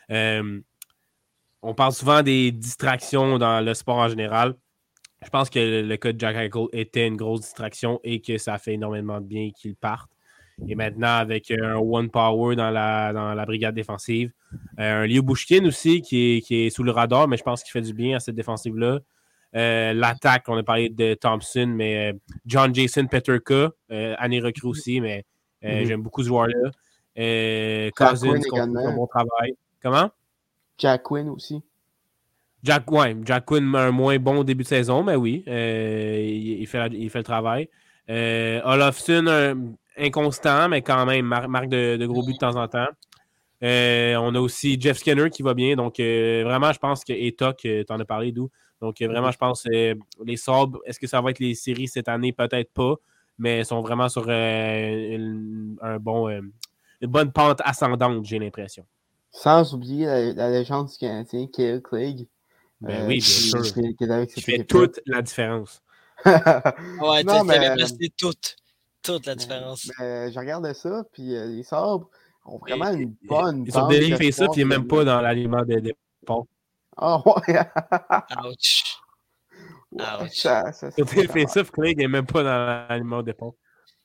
On parle souvent des distractions dans le sport en général. Je pense que le cas de Jack Eichel était une grosse distraction et que ça fait énormément de bien qu'il parte. Et maintenant, avec un one power dans la brigade défensive, un Liu Bushkin aussi qui est sous le radar, mais je pense qu'il fait du bien à cette défensive-là. L'attaque, on a parlé de Thompson, mais John Jason Peterka, année recrue aussi, mais j'aime beaucoup ce joueur-là. Cousins qui fait un bon travail. Comment? Jack Quinn aussi. Jack Quinn a un moins bon début de saison, mais oui, il fait le travail. Olofsson, inconstant, mais quand même, marque de gros buts de temps en temps. On a aussi Jeff Skinner qui va bien. Donc, vraiment, je pense que Etok, tu en as parlé, d'où. Donc, vraiment, je pense les Sabres, est-ce que ça va être les séries cette année? Peut-être pas, mais ils sont vraiment sur une bonne pente ascendante, j'ai l'impression. Sans oublier la légende du Canadien, Kale Clegg. Ben oui, bien sûr. Qui fait toute la différence. Ouais, non, mais c'est toute la différence. Mais je regardais ça, puis les Sabres ont vraiment une bonne Sur des face-up, il n'est même pas dans l'aliment des dépôts. Ah ouais! Ouch! Ouais, Ouch! Sur des face-up, Clegg n'est même pas dans l'aliment des dépôts.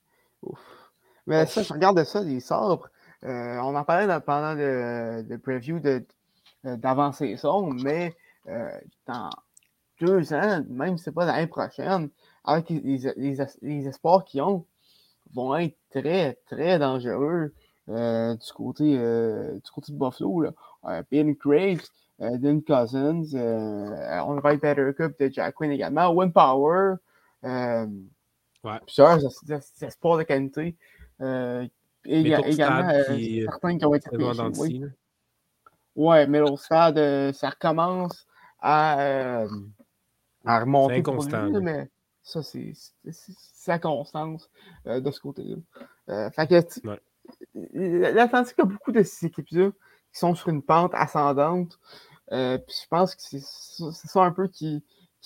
Mais ça, je regardais ça, les Sabres. On en parlait pendant le preview d'avant-saison, mais dans 2 ans, même si ce n'est pas l'année prochaine, avec les espoirs qu'ils ont, vont être très, très dangereux du côté de Buffalo. Là. Ben Craig, Dylan Cousins, on va Better Cup de Jack Quinn également, One Power, plusieurs espoirs de qualité. Également, certains qui ont été repêchés. Ouais, mais au stade, ça recommence à remonter pour lui, mais ça, c'est sa constance de ce côté-là. Fait que l'Atlantique a beaucoup de ces équipes-là qui sont sur une pente ascendante. Puis je pense que c'est ça un peu qui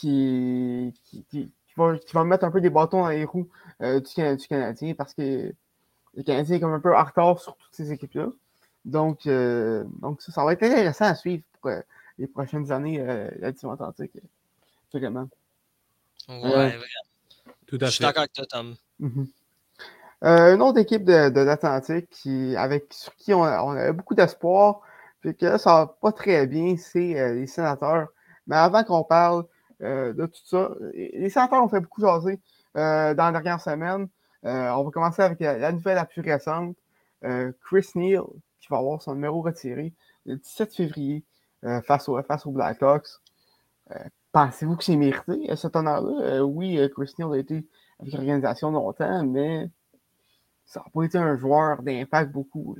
va mettre un peu des bâtons dans les roues du Canadien, parce que le Canadien est comme un peu en retard sur toutes ces équipes-là. Donc ça va être intéressant à suivre pour les prochaines années, la division Atlantique. Vraiment. Ouais, tout à fait. Je suis d'accord avec toi, Tom. Une autre équipe de l'Atlantique sur qui on avait beaucoup d'espoir, puis que là, ça va pas très bien, c'est les Sénateurs. Mais avant qu'on parle de tout ça, les Sénateurs ont fait beaucoup jaser dans la dernière semaine. On va commencer avec la nouvelle la plus récente. Chris Neal, qui va avoir son numéro retiré le 17 février face aux Blackhawks. Pensez-vous que c'est mérité, cet honneur-là? Oui, Chris Neal a été avec l'organisation longtemps, mais ça n'a pas été un joueur d'impact beaucoup.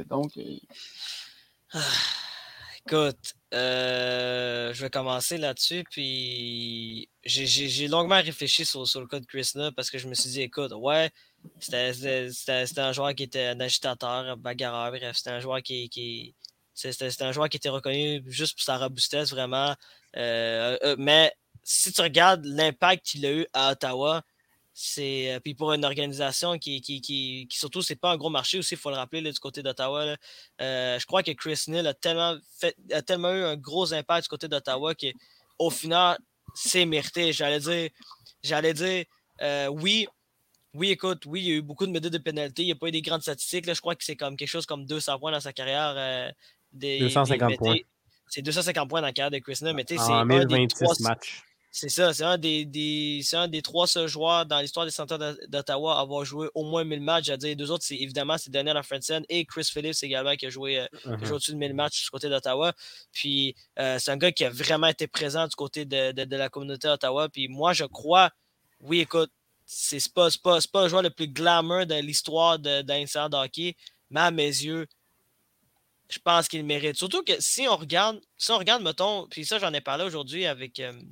Écoute, je vais commencer là-dessus, puis j'ai longuement réfléchi sur le cas de Chris Neal parce que je me suis dit, écoute, ouais, c'était un joueur qui était un agitateur, un bagarreur, bref, c'était un joueur c'était un joueur qui était reconnu juste pour sa robustesse, vraiment. Mais si tu regardes l'impact qu'il a eu à Ottawa, puis pour une organisation qui surtout, c'est pas un gros marché aussi, il faut le rappeler là, du côté d'Ottawa. Je crois que Chris Neal a tellement eu un gros impact du côté d'Ottawa qu'au final, c'est mérité. J'allais dire oui. Oui, écoute, oui, il y a eu beaucoup de médailles de pénalité. Il n'y a pas eu des grandes statistiques. Là. Je crois que c'est comme quelque chose comme 200 points dans sa carrière. 250 points. C'est 250 points dans la carrière de Chris Neal, mais c'est en un des 1026 matchs. C'est ça, c'est un des 3 seuls joueurs dans l'histoire des Sénateurs d'Ottawa à avoir joué au moins 1000 matchs. Les deux autres, c'est Daniel Lafreniere et Chris Phillips également qui a joué au-dessus de 1000 matchs du côté d'Ottawa. Puis c'est un gars qui a vraiment été présent du côté de la communauté d'Ottawa. Puis moi, je crois, oui, écoute, c'est pas le joueur le plus glamour de l'histoire d'un de hockey, mais à mes yeux, je pense qu'il mérite. Surtout que si on regarde, mettons, puis ça, j'en ai parlé aujourd'hui avec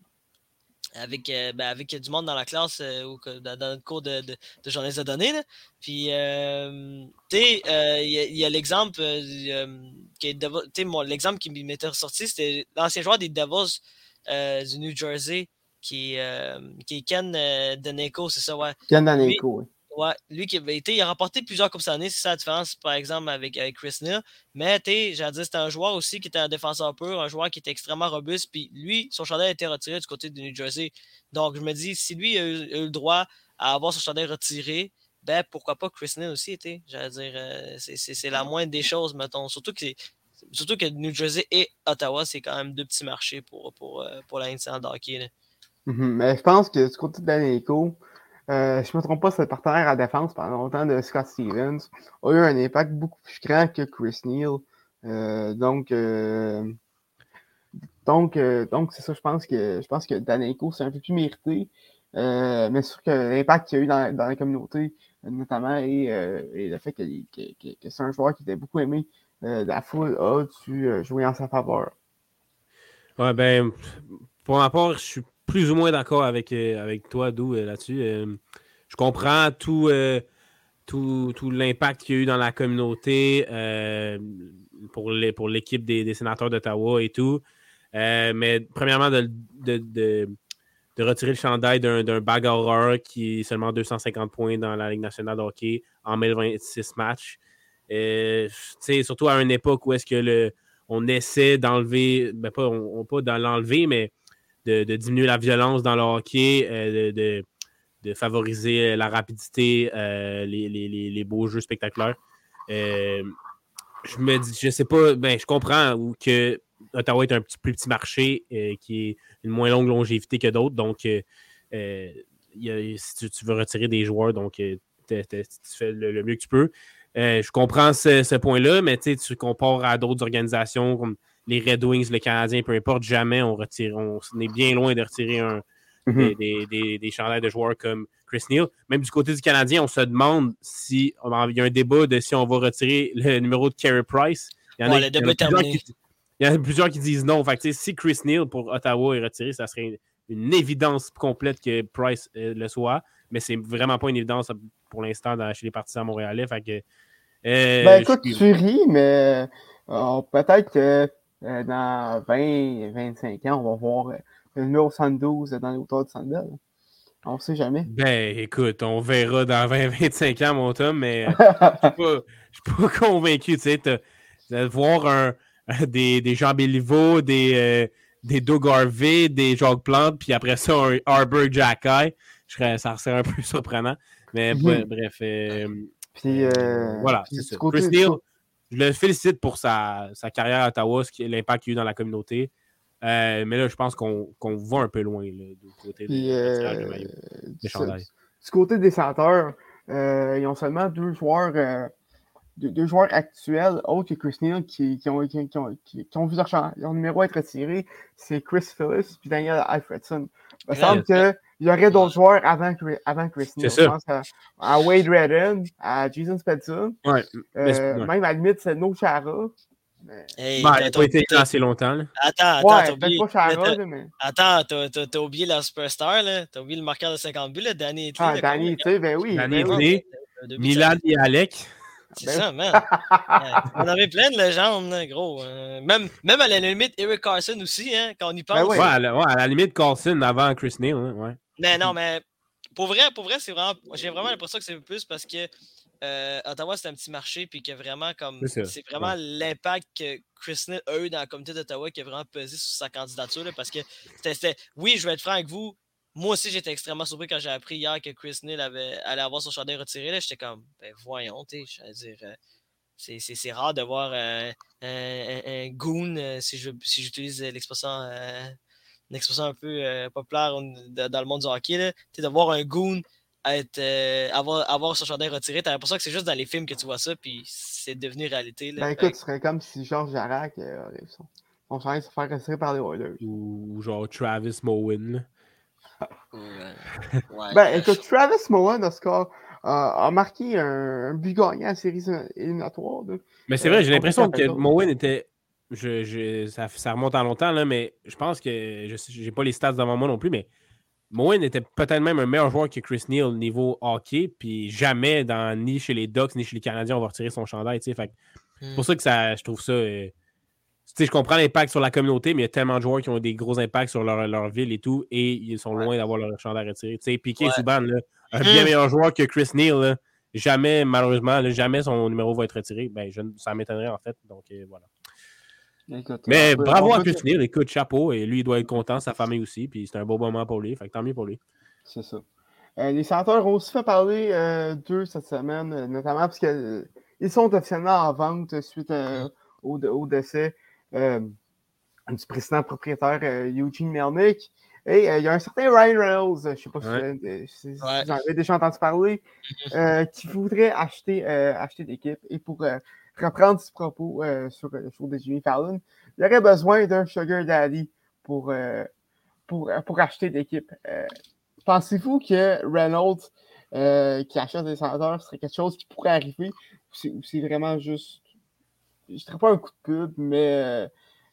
du monde dans la classe ou dans notre cours de journalisme de données. Là. Puis, il y a l'exemple l'exemple qui m'était ressorti, c'était l'ancien joueur des Devils du New Jersey qui est Ken Daneyko, c'est ça, ouais. Ken Daneyko, oui. Ouais, lui il a remporté plusieurs coupes cette année, c'est ça la différence, par exemple, avec Chris Neal. Mais j'allais dire, c'était un joueur aussi qui était un défenseur pur, un joueur qui était extrêmement robuste. Puis lui, son chandail a été retiré du côté du New Jersey. Donc, je me dis, si lui a eu le droit à avoir son chandail retiré, ben pourquoi pas Chris Neal aussi était. J'allais dire, c'est la moindre des choses, mettons. Surtout que New Jersey et Ottawa, c'est quand même deux petits marchés pour la nationale de hockey. Là. Mais je pense que du côté de Daneyko, je ne me trompe pas, c'est le partenaire à défense pendant longtemps de Scott Stevens, a eu un impact beaucoup plus grand que Chris Neal. Donc c'est ça, je pense que Daneyko, c'est un peu plus mérité. Mais c'est sûr que l'impact qu'il y a eu dans la communauté, notamment, et le fait que c'est un joueur qui était beaucoup aimé, la foule a dû jouer en sa faveur. Ouais, ben, pour ma part, je suis plus ou moins d'accord avec toi, Dou, là-dessus. Je comprends tout l'impact qu'il y a eu dans la communauté pour l'équipe des sénateurs d'Ottawa et tout. Mais premièrement, de retirer le chandail d'un bagarreur qui est seulement 250 points dans la Ligue nationale de hockey en 1026 matchs. Surtout à une époque où est-ce que on essaie d'enlever, pas dans l'enlever, mais de diminuer la violence dans le hockey, de favoriser la rapidité, les beaux jeux spectaculaires. Je sais pas, je comprends que Ottawa est un plus petit marché qui est une moins longue longévité que d'autres. Donc, si tu veux retirer des joueurs, donc tu fais le mieux que tu peux. Je comprends ce point-là, mais tu compares à d'autres organisations comme les Red Wings, le Canadien, peu importe, jamais on est bien loin de retirer des chandails de joueurs comme Chris Neal. Même du côté du Canadien, on se demande il y a un débat de si on va retirer le numéro de Carey Price. Il y en a plusieurs qui disent non. Fait que, si Chris Neal pour Ottawa est retiré, ça serait une évidence complète que Price le soit. Mais c'est vraiment pas une évidence pour l'instant chez les partisans montréalais. Fait que, écoute, tu rit, mais peut-être que dans 20-25 ans, on va voir le numéro 72 dans les hauteurs de Sandbell. On ne sait jamais. Ben, écoute, on verra dans 20-25 ans, mon Tom, mais je suis pas convaincu, tu sais, de voir des Jean Béliveau, des Doug Harvey, des Jacques Plante, puis après ça, un Harburg Jacky. Ça serait un peu surprenant. Mais bref. Voilà, c'est ça. Chris Neal, je le félicite pour sa carrière à Ottawa, l'impact qu'il a eu dans la communauté. Mais là, je pense qu'on va un peu loin là, du côté des chandails. Du côté des Sénateurs, ils ont seulement 2 joueurs deux joueurs actuels, autres que Chris Neal, qui ont vu leur numéro être retiré, c'est Chris Phillips et Daniel Alfredson. Il me semble qu'il y aurait d'autres joueurs avant Chris Neal. Je pense à Wade Redden, à Jason Spencer. Ouais. Même à la limite, c'est No Chara. Hey, il n'a pas été là assez longtemps. Là. Attends, t'as oublié la superstar, là. T'as oublié le marqueur de 50 buts, là, Danny Etley. Ah, Danny Etley, ben oui. Danny Etley, Milan et Alec. C'est ça, man. On avait plein de légendes, là, gros. Même à la limite, Eric Carson aussi, hein, quand on y pense. Ouais, à la limite, Carson avant Chris Neal. Hein, ouais. Mais non, mais pour vrai, c'est vraiment. J'ai vraiment l'impression que c'est plus parce que Ottawa, c'est un petit marché, puis que vraiment, comme. C'est vraiment l'impact que Chris Neal a eu dans la communauté d'Ottawa qui a vraiment pesé sur sa candidature, là, parce que c'était. Oui, je vais être franc avec vous. Moi aussi, j'étais extrêmement surpris quand j'ai appris hier que Chris Neal allait avoir son chandail retiré. Là, j'étais comme, ben voyons, je veux dire, c'est rare de voir un goon, si j'utilise l'expression, une expression un peu populaire dans le monde du hockey, là, de voir un goon avoir son chandail retiré. T'as l'impression que c'est juste dans les films que tu vois ça, puis c'est devenu réalité. Là. Ben écoute, ce serait comme si Georges Jarac son chandail se faire retirer par les Oilers. Ou genre Travis Mowen. Écoute, Travis Mowen a marqué un but gagnant en séries éliminatoires. Mais c'est vrai, j'ai l'impression que Mowen était. Ça remonte à longtemps, là, mais je pense que j'ai pas les stats devant moi non plus, mais Mowen était peut-être même un meilleur joueur que Chris Neal au niveau hockey, puis jamais ni chez les Ducks ni chez les Canadiens on va retirer son chandail. C'est pour ça que je trouve ça. Je comprends l'impact sur la communauté, mais il y a tellement de joueurs qui ont des gros impacts sur leur ville et tout, et ils sont loin d'avoir leur chandail retiré. Piqué Subban, un bien meilleur joueur que Chris Neal, là, jamais, malheureusement, jamais son numéro va être retiré. Ben, ça m'étonnerait en fait. Donc voilà. Écoute, mais bravo à Chris Neal, écoute, chapeau, et lui, il doit être content, sa famille aussi, puis c'est un beau moment pour lui, fait que tant mieux pour lui. C'est ça. Les Sénateurs ont aussi fait parler d'eux cette semaine, notamment parce qu'ils sont officiellement en vente suite au décès du précédent propriétaire Eugene Melnyk. Et il y a un certain Ryan Reynolds, je ne sais pas si vous en avez déjà entendu parler, qui voudrait acheter l'équipe. Et pour reprendre ce propos sur le show de Jimmy Fallon, il aurait besoin d'un sugar daddy pour acheter l'équipe. Pensez-vous que Reynolds qui achète des Sénateurs serait quelque chose qui pourrait arriver ou c'est vraiment juste, je ne dirais pas un coup de pub, mais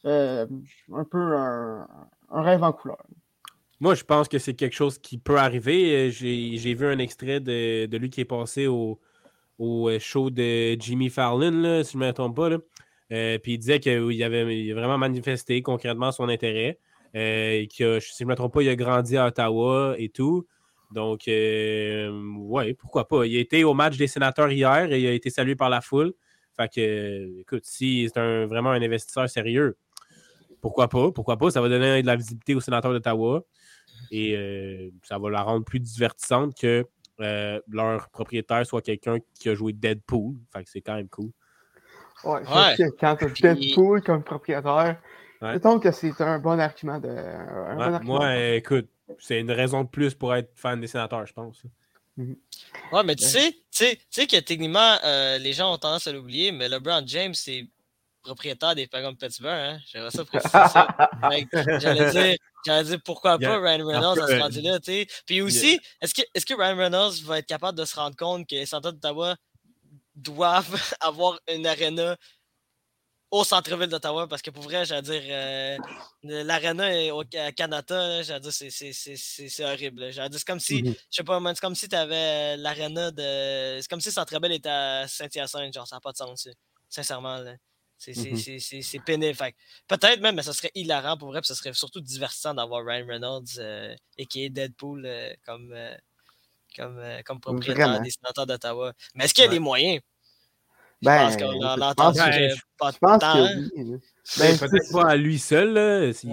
un peu un rêve en couleur? Moi, je pense que c'est quelque chose qui peut arriver. J'ai vu un extrait de lui qui est passé au show de Jimmy Fallon, là, si je ne me trompe pas. Puis il disait qu'il avait vraiment manifesté concrètement son intérêt. Si je ne me trompe pas, il a grandi à Ottawa et tout. Donc, ouais, pourquoi pas. Il a été au match des Sénateurs hier et il a été salué par la foule. Fait que, écoute, si c'est vraiment un investisseur sérieux, pourquoi pas? Pourquoi pas? Ça va donner de la visibilité aux Sénateurs d'Ottawa et ça va la rendre plus divertissante que leur propriétaire soit quelqu'un qui a joué Deadpool. Fait que c'est quand même cool. Ouais. Quand tu as Deadpool comme propriétaire, mettons que c'est un bon argument Moi, écoute, c'est une raison de plus pour être fan des Sénateurs, je pense. Ouais, mais tu sais que techniquement, les gens ont tendance à l'oublier, mais LeBron James, c'est propriétaire des Penguins de Pittsburgh. Hein? J'aimerais ça préciser ça. J'allais dire pourquoi pas Ryan Reynolds à ce rendu-là. Puis aussi, est-ce que Ryan Reynolds va être capable de se rendre compte que les Sénateurs d'Ottawa doivent avoir une arena au centre-ville d'Ottawa? Parce que pour vrai, j'allais dire, l'arena au Canada, j'allais dire, c'est horrible. J'allais dire, c'est comme si, je sais pas, c'est comme si tu avais l'arena de. C'est comme si Centre-Bell était à Saint-Hyacinthe, genre, ça n'a pas de sens, sincèrement. Là. C'est pénible. Fait, peut-être même, mais ça serait hilarant pour vrai, puis ça serait surtout divertissant d'avoir Ryan Reynolds et qui est Deadpool comme propriétaire des Sénateurs d'Ottawa. Mais est-ce qu'il y a les moyens? Je pense qu'on l'entend pas de temps. Oui. Peut-être pas à lui seul. Là. Il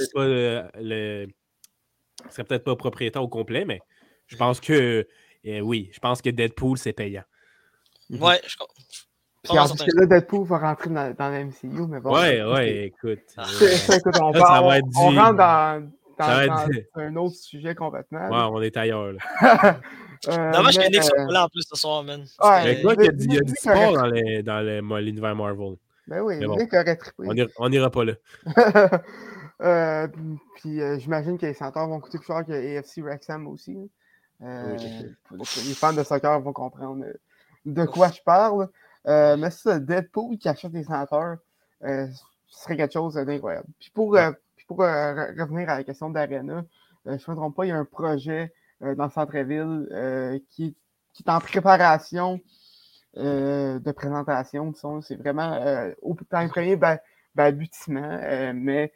serait peut-être pas propriétaire au complet, mais je pense que oui, je pense que Deadpool, c'est payant. Ouais, je comprends. Parce que là, Deadpool va rentrer dans la MCU, mais bon. Ouais, écoute. Écoute, on rentre dans un autre sujet complètement. Ouais, on est ailleurs. Là. Dommage que Nick soit pas là en plus ce soir, man. Ouais, Le gars qui a du Nick sport aurait- dans l'univers Marvel. Ben oui, Mais bon, Nick aurait trippé. on n'ira pas là. Euh, Puis j'imagine que les Centaures vont coûter plus cher que AFC Wrexham aussi. Oui. Les fans de soccer vont comprendre de quoi je parle. Mais ça, Deadpool qui achète les Centaures, ce serait quelque chose d'incroyable. Puis pour revenir à la question d'Arena, je ne me trompe pas, il y a un projet dans le centre-ville qui est en préparation de présentation. Disons. C'est vraiment dans les premiers balbutiements, mais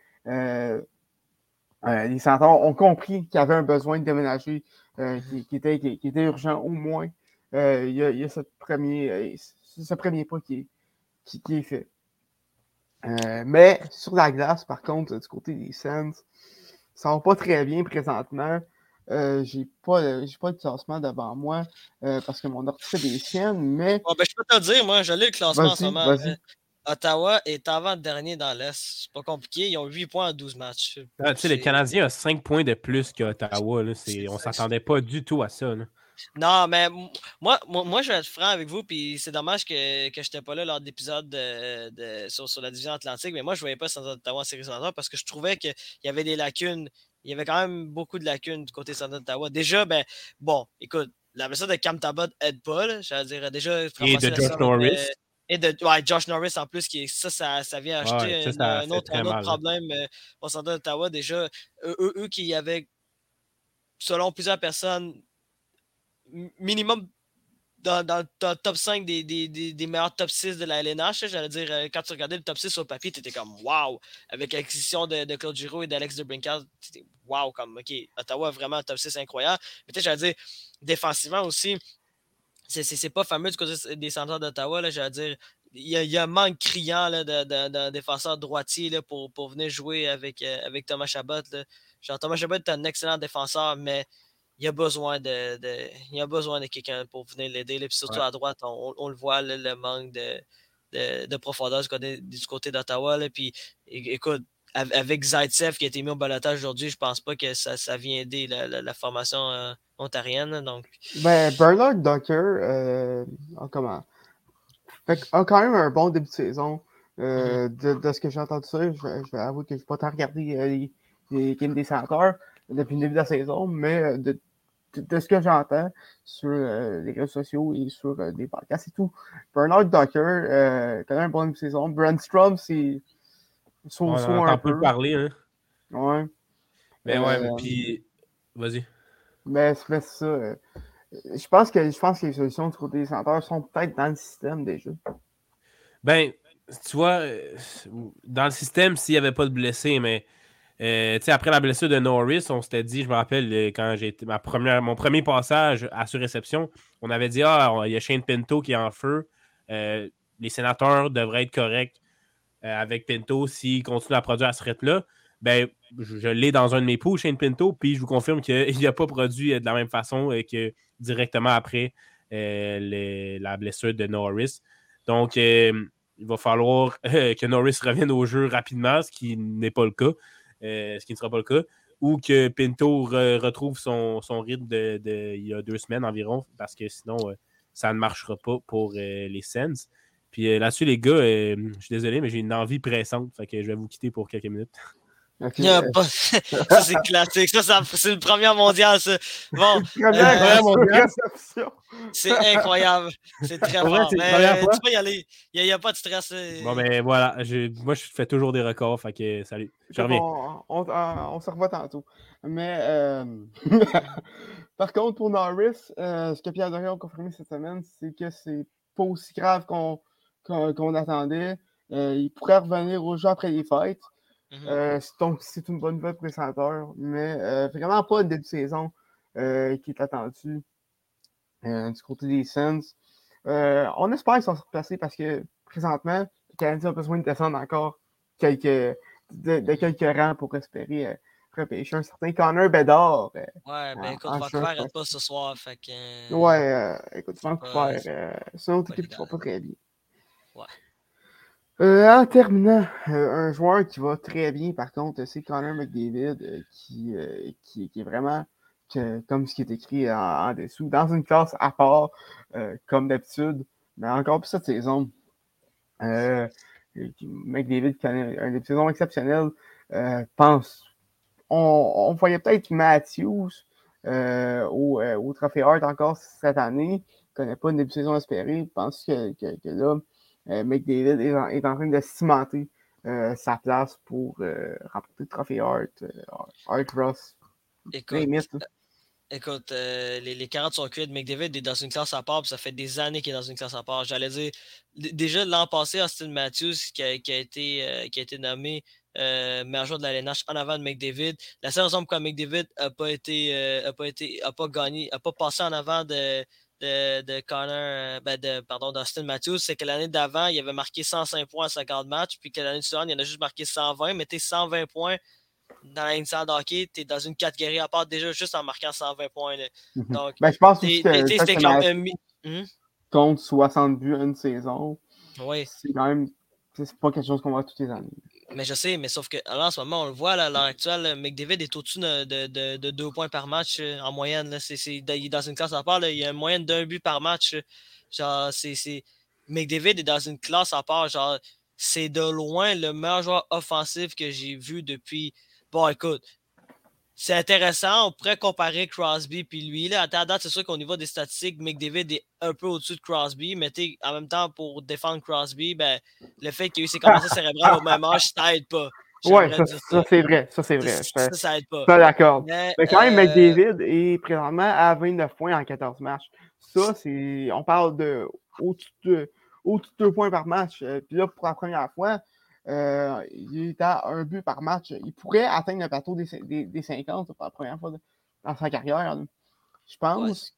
les Centaures ont compris qu'il y avait un besoin de déménager qui était urgent au moins. Il y a ce premier pas qui est fait. Mais sur la glace, par contre, du côté des Sens, ça va pas très bien présentement. J'ai pas le classement devant moi parce que mon ordi fait des siennes, mais. Bon, ben, je peux te le dire, moi, j'ai lu le classement en ce moment. Vas-y. Ottawa est avant-dernier dans l'Est. C'est pas compliqué. Ils ont 8 points en 12 matchs. Tu sais, le Canadien a 5 points de plus qu'Ottawa. On s'attendait pas du tout à ça. Là. Non, mais moi, je vais être franc avec vous, puis c'est dommage que je n'étais pas là lors de l'épisode sur la division Atlantique, mais moi, je ne voyais pas Centre d'Ottawa en série éliminatoire parce que je trouvais qu'il y avait des lacunes. Il y avait quand même beaucoup de lacunes du côté Centre d'Ottawa. Déjà, ben, bon, écoute, la blessure de Cam Talbot n'aide pas, là, je veux dire, déjà... Et de Josh Norris. Et de Josh Norris en plus, ça vient acheter un autre problème au Centre d'Ottawa. Déjà, eux qui avaient, selon plusieurs personnes, minimum dans le top 5 des meilleurs top 6 de la LNH. J'allais dire, quand tu regardais le top 6 sur le papier, tu étais comme wow. Avec l'acquisition de Claude Giroux et d'Alex DeBrincat, tu étais wow. Comme, OK, Ottawa, vraiment un top 6 incroyable. Mais tu sais, j'allais dire, défensivement aussi, c'est pas fameux du côté des Centres d'Ottawa. J'allais dire, il y a un manque criant là, d'un défenseur droitier là, pour venir jouer avec Thomas Chabot. Là. Genre, Thomas Chabot est un excellent défenseur, mais il y a besoin de quelqu'un pour venir l'aider. Là. Puis surtout à droite, on le voit, là, le manque de profondeur du côté d'Ottawa. Là. Puis écoute, avec Zaitsev qui a été mis au balotage aujourd'hui, je pense pas que ça vient aider la formation ontarienne. Donc... Ben, Bernard Docker a quand même un bon début de saison. De ce que j'ai entendu ça, je vais avouer que je n'ai pas tant regardé les games des Centaures depuis le début de la saison, mais de ce que j'entends sur les réseaux sociaux et sur des podcasts et tout, Bernard Docker connaît un bon début de saison. Brandstrom, c'est on entend peu parler. Hein? Ouais. Mais ouais, puis vas-y. Mais c'est ça. Je pense que les solutions du côté des Centaures sont peut-être dans le système déjà. Ben, tu vois, dans le système, s'il n'y avait pas de blessés, mais après la blessure de Norris, on s'était dit, je me rappelle, quand j'ai été mon premier passage à sur-réception, on avait dit, il y a Shane Pinto qui est en feu. Les Sénateurs devraient être corrects avec Pinto s'il continue à produire à ce rythme-là. Ben, je l'ai dans un de mes pouls, Shane Pinto, puis je vous confirme qu'il n'a pas produit de la même façon que directement après la blessure de Norris. Donc, il va falloir que Norris revienne au jeu rapidement, ce qui n'est pas le cas, ce qui ne sera pas le cas, ou que Pinto retrouve son rythme il y a 2 semaines environ, parce que sinon, ça ne marchera pas pour les Sens. Puis là-dessus, les gars, je suis désolé, mais j'ai une envie pressante, fait que je vais vous quitter pour quelques minutes. Okay. Ça, c'est classique. Ça, c'est le premier mondial, ça. Bon. Première mondial. C'est incroyable. C'est très fort. Tu peux y aller. Il n'y a pas de stress. Bon, ben voilà. Moi, je fais toujours des records. Fait que salut. Je reviens. On se revoit tantôt. Mais par contre, pour Norris, ce que Pierre Dorion a confirmé cette semaine, c'est que c'est pas aussi grave qu'on attendait. Il pourrait revenir au jeu après les fêtes. Donc, c'est une bonne nouvelle pour les Sénateurs, mais vraiment pas un début de saison qui est attendu du côté des Sens. On espère qu'ils sont replacés parce que présentement, les Canadiens ont besoin de descendre encore quelques rangs pour espérer repêcher un certain Connor Bedard. Écoute, Vancouver n'arrête pas ce soir. Fait que, écoute, Vancouver, c'est une autre équipe qui va pas très bien. Ouais. En terminant, un joueur qui va très bien, par contre, c'est Connor McDavid, qui est vraiment comme ce qui est écrit en dessous, dans une classe à part, comme d'habitude, mais encore plus cette saison. McDavid connaît un début de saison exceptionnel. On voyait peut-être Matthews au Trophée Hart encore cette année. Il ne connaît pas une début de saison espérée. Je pense que là, McDavid est en train de cimenter sa place pour remporter le Trophée Hart, Hart Ross. Écoute, les 40 sont cuits. McDavid est dans une classe à part, puis ça fait des années qu'il est dans une classe à part. J'allais dire, déjà l'an passé, Austin Matthews, qui a été nommé meilleur joueur de la LNH en avant de McDavid. La seule raison pourquoi McDavid n'a pas gagné, n'a pas passé en avant de d'Austin Matthews, c'est que l'année d'avant, il avait marqué 105 points en 50 matchs, puis que l'année suivante, il en a juste marqué 120, mais t'es 120 points dans la salle de hockey, t'es dans une catégorie à part déjà juste en marquant 120 points. Là. Donc, je pense que contre 60 buts une saison, c'est quand même c'est pas quelque chose qu'on voit toutes les années. Mais je sais, mais sauf que là, en ce moment, on le voit, là, à l'heure actuelle, McDavid est au-dessus de 2 points par match en moyenne. Là. Il est dans une classe à part, là, il y a une moyenne d'1 but par match. Genre, McDavid est dans une classe à part. Genre, c'est de loin le meilleur joueur offensif que j'ai vu depuis. Bon, écoute, c'est intéressant. On pourrait comparer Crosby puis lui. Là, à date, c'est sûr qu'au niveau des statistiques, McDavid est un peu au-dessus de Crosby. Mais en même temps, pour défendre Crosby, ben, le fait qu'il y ait eu ses commentaires cérébrales au même âge, ça aide pas. Oui, ça c'est vrai. Ça aide pas. Pas d'accord. Mais quand même, McDavid est présentement à 29 points en 14 matchs. Ça, on parle de au-dessus de 2 points par match. Puis là, pour la première fois, il est à 1 but par match. Il pourrait atteindre le plateau des 50 pour la première fois dans sa carrière. Je pense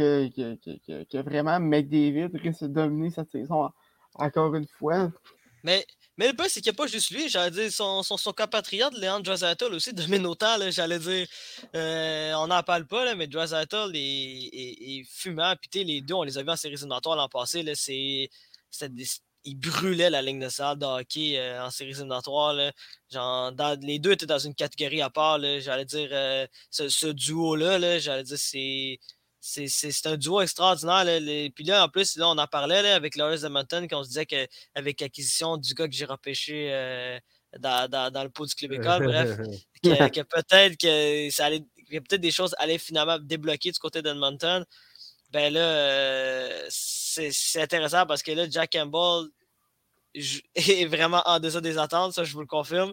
que vraiment McDavid risque de dominer cette saison encore une fois. Mais le point, c'est qu'il n'y a pas juste lui. J'allais dire, son compatriote, Leon Draisaitl aussi, domine autant. Là, j'allais dire, on n'en parle pas, là, mais Draisaitl est fumant. Puis les deux, on les a vus en séries éliminatoires l'an passé. Là, il brûlait la ligne de salle de hockey en séries éliminatoires. Là. Genre, les deux étaient dans une catégorie à part. Là, j'allais dire, ce duo-là, là, j'allais dire, c'est un duo extraordinaire. Là. Puis là, en plus, là, on en parlait là, avec Lawrence Edmonton, qu'on se disait qu'avec l'acquisition du gars que j'ai repêché dans le pot du Club École, bref, que peut-être que peut-être des choses allaient finalement débloquer du côté d'Edmonton. Ben là, c'est intéressant parce que là, Jack Campbell est vraiment en deçà des attentes, ça je vous le confirme.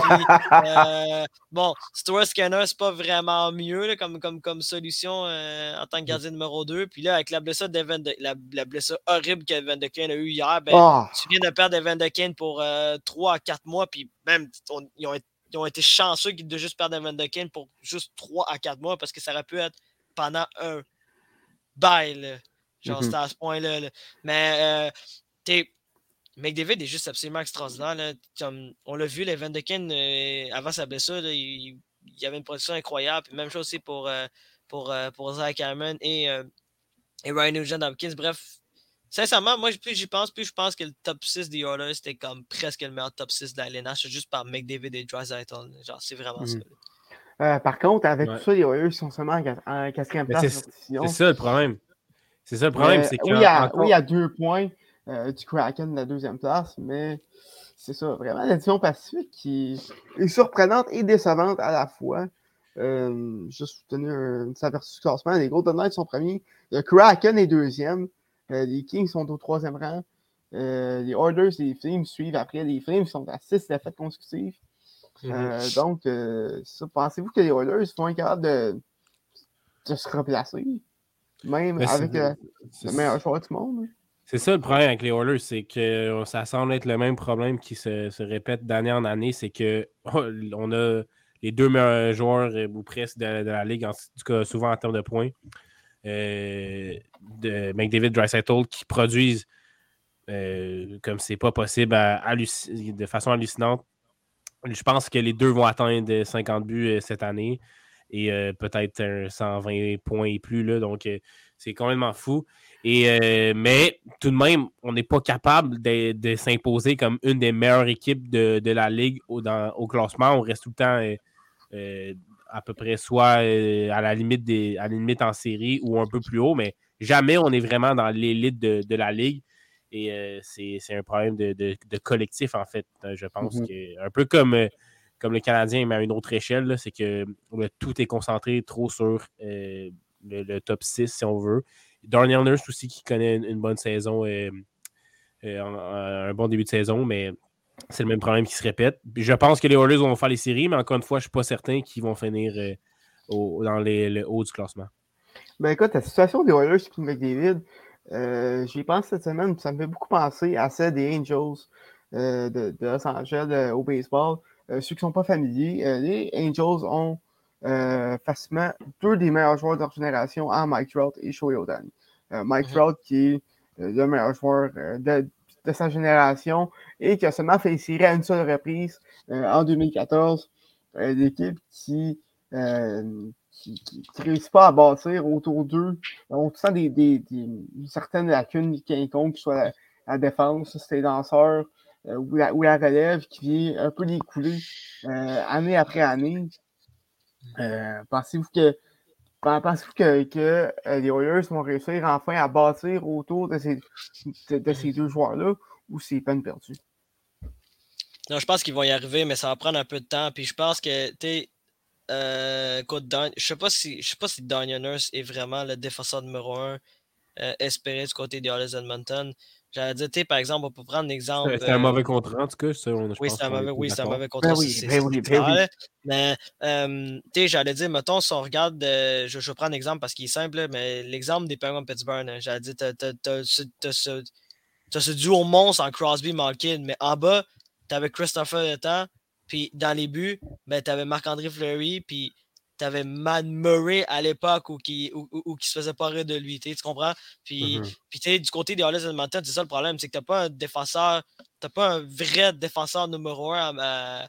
Puis, bon, Stuart Skinner, c'est pas vraiment mieux là, comme solution en tant que gardien numéro 2. Puis là, avec la blessure la blessure horrible qu'Evan de Kane a eu hier, tu viens de perdre Evan de Kane pour 3 à 4 mois, puis même ils ont été chanceux de juste perdre Evan de Kane pour juste 3 à 4 mois parce que ça aurait pu être pendant un bail. Là. Genre, c'était à ce point-là. Là. Mais McDavid est juste absolument extraordinaire. Là. Comme, on l'a vu, Evan de Kane, avant sa blessure, là, il y avait une production incroyable. Puis même chose aussi pour Zach Hyman et Ryan Nugent-Hopkins. Bref, sincèrement, moi, plus j'y pense, plus je pense que le top 6 des Oilers, c'était comme presque le meilleur top 6 de la LNH, juste par McDavid et Draisaitl. Genre, c'est vraiment ça. Par contre, avec tout ça, les Oilers sont seulement en quatrième place. C'est ça le problème. C'est oui, il y a 2 points du Kraken de la deuxième place, mais c'est ça. Vraiment, la division Pacifique qui est surprenante et décevante à la fois. Juste pour donner un petit aperçu du classement, les Golden Knights sont premiers. Le Kraken est deuxième. Les Kings sont au troisième rang. Les Oilers et les Flames suivent après. Les Flames sont à 6 défaites consécutives. Donc, pensez-vous que les Oilers vont être capables de se replacer, même avec le meilleur joueur du monde? C'est ça le problème avec les Oilers, c'est que ça semble être le même problème qui se répète d'année en année, c'est que on a les deux meilleurs joueurs ou presque de la Ligue, en tout cas souvent en termes de points, de McDavid, Draisaitl, qui produisent comme c'est pas possible de façon hallucinante. Je pense que les deux vont atteindre 50 buts cette année et peut-être 120 points et plus. Là, donc, c'est complètement fou. Mais tout de même, on n'est pas capable de s'imposer comme une des meilleures équipes de la Ligue au classement. On reste tout le temps à peu près soit à la limite en série ou un peu plus haut, mais jamais on est vraiment dans l'élite de la ligue. Et c'est un problème de collectif, en fait. Je pense que un peu comme le Canadien, mais à une autre échelle, là, c'est que tout est concentré trop sur le top 6, si on veut. Darnell Nurse aussi qui connaît une bonne saison, un bon début de saison, mais c'est le même problème qui se répète. Je pense que les Oilers vont faire les séries, mais encore une fois, je ne suis pas certain qu'ils vont finir dans le haut du classement. Ben écoute, la situation des Oilers et McDavid, j'y pense cette semaine, ça me fait beaucoup penser à celle des Angels de Los Angeles au baseball. Ceux qui ne sont pas familiers, les Angels ont facilement deux des meilleurs joueurs de leur génération en Mike Trout et Shohei Ohtani. Mike Trout qui est le meilleur joueur de sa génération et qui a seulement fait série à une seule reprise en 2014. L'équipe qui réussit pas à bâtir autour d'eux. On sent une certaine lacune quelconque, que ce soit la défense, c'est les lanceurs ou la relève qui vient un peu les couler année après année. Pensez-vous que les Oilers vont réussir enfin à bâtir autour de ces deux joueurs-là ou c'est peine perdue? Non, je pense qu'ils vont y arriver, mais ça va prendre un peu de temps. Puis je pense que, je sais pas si Darnell Nurse est vraiment le défenseur numéro 1 espéré du côté des Oilers Edmonton. J'allais dire, par exemple, on peut prendre l'exemple. C'est un mauvais contrat, en tout cas. Ça, Oui, c'est un mauvais contrat. Mais, j'allais dire, mettons, si on regarde, je vais prendre l'exemple parce qu'il est simple, mais l'exemple des Penguins de Pittsburgh, j'allais dire, t'as ce duo monstre en Crosby-Malkin, mais en bas, t'avais Christopher Le Temps, puis dans les buts, ben, t'avais Marc-André Fleury, puis t'avais Matt Murray à l'époque qui se faisait pas rire de lui, tu comprends? Puis, du côté des Oilers Edmonton, c'est ça le problème, c'est que t'as pas un vrai défenseur numéro 1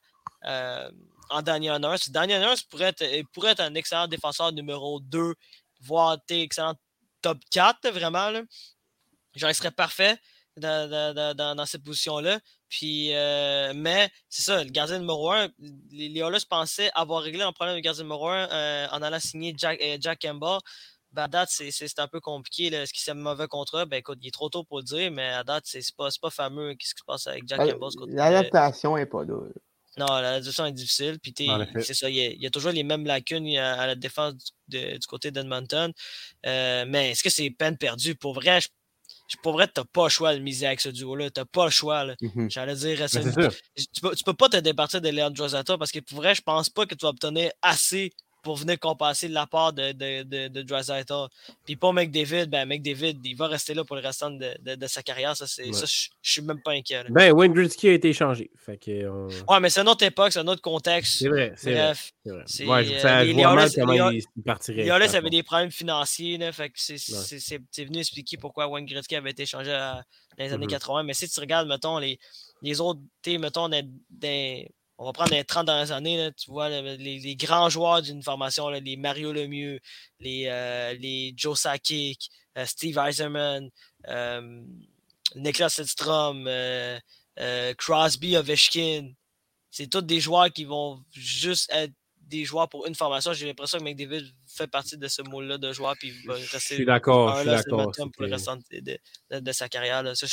en Daniel Nurse. Daniel Nurse pourrait être un excellent défenseur numéro 2, voire excellent top 4, vraiment, là. Genre, il serait parfait dans cette position-là. Puis, mais c'est ça, le gardien numéro 1, les Oilers pensaient avoir réglé un problème de gardien numéro 1 en allant signer Jack Campbell. Ben, à date, c'est un peu compliqué. Là. Est-ce qu'il c'est un mauvais contrat? Ben écoute, il est trop tôt pour le dire, mais à date, c'est pas fameux. Qu'est-ce qui se passe avec Jack Campbell? L'adaptation n'est pas là. Non, l'adaptation est difficile. Puis c'est ça, il y a toujours les mêmes lacunes à la défense du côté d'Edmonton. Mais est-ce que c'est peine perdue? Pour vrai, t'as pas le choix de miser avec ce duo-là. T'as pas le choix. Là. J'allais dire, tu peux pas te départir de Leon Draisaitl parce que pour vrai, je pense pas que tu vas obtenir assez pour venir compenser l'apport de Draisaitl. Puis pour McDavid, il va rester là pour le restant de sa carrière. Ça, je suis même pas inquiet. Là. Ben, Wayne Gretzky a été échangé. Fait que, ouais, mais c'est une autre époque, c'est un autre contexte. C'est vrai. Bref, je vois mal comment il partirait. Les Oilers avaient des problèmes financiers. Là, fait que c'est venu expliquer pourquoi Wayne Gretzky avait été échangé dans les années 80. Mais si tu regardes, mettons, les autres, mettons, on va prendre les 30 dernières années, là, tu vois, les grands joueurs d'une formation, là, les Mario Lemieux, les Joe Sakic, Steve Yzerman, Niklas Lidstrom, Crosby, Ovechkin. C'est tous des joueurs qui vont juste être des joueurs pour une formation. J'ai l'impression que McDavid fait partie de ce moule-là de joueurs puis il va rester je suis d'accord. pour le restant de sa carrière. Là. Ça,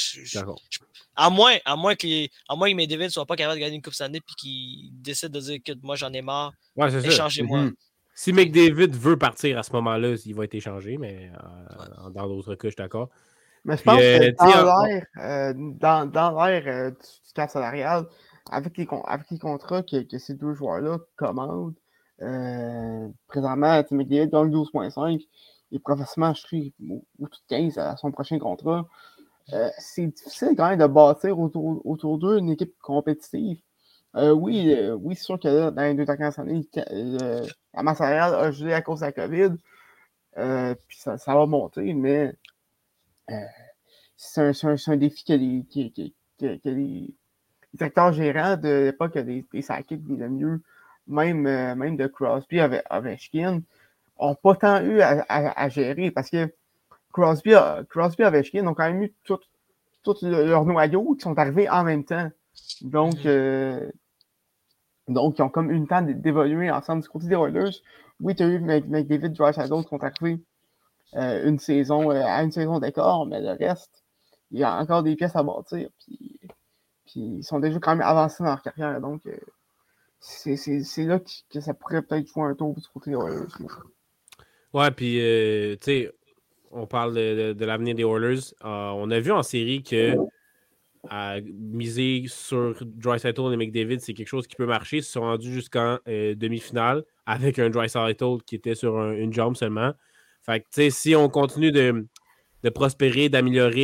à moins que McDavid ne soit pas capable de gagner une Coupe Stanley puis qu'il décide de dire que moi j'en ai marre, échangez-moi. Si McDavid veut partir à ce moment-là, il va être échangé, mais dans d'autres cas, je suis d'accord. Mais je pense que dans l'air du cap salarial, avec les contrats que ces deux joueurs-là commandent, présentement, McDavid gagne 12,5 et professionnellement acheté au-dessus de 15 à son prochain contrat. C'est difficile quand même de bâtir autour d'eux une équipe compétitive. Oui, c'est sûr que là, dans les 2 dernières années, la masse salariale a gelé à cause de la COVID. Puis ça va monter, mais c'est un défi que les directeurs gérants de l'époque des Sakic, des Lemieux, même de Crosby avec Ovechkin, n'ont pas tant eu à gérer parce que Crosby et Ovechkin ont quand même eu tout leur noyau qui sont arrivés en même temps. Donc, Donc, ils ont comme eu le temps d'évoluer ensemble du côté des Oilers. Oui, tu as eu McDavid, Draisaitl qui sont arrivés à une saison d'écart, mais le reste, il y a encore des pièces à bâtir. Puis ils sont déjà quand même avancés dans leur carrière. Donc, c'est là que ça pourrait peut-être jouer un tour du côté des Oilers. Ouais, puis, tu sais, on parle de l'avenir des Oilers. On a vu en série que miser sur Draisaitl et McDavid, c'est quelque chose qui peut marcher. Ils se sont rendus jusqu'en demi-finale avec un Draisaitl qui était sur une jambe seulement. Fait que, tu sais, si on continue de prospérer, d'améliorer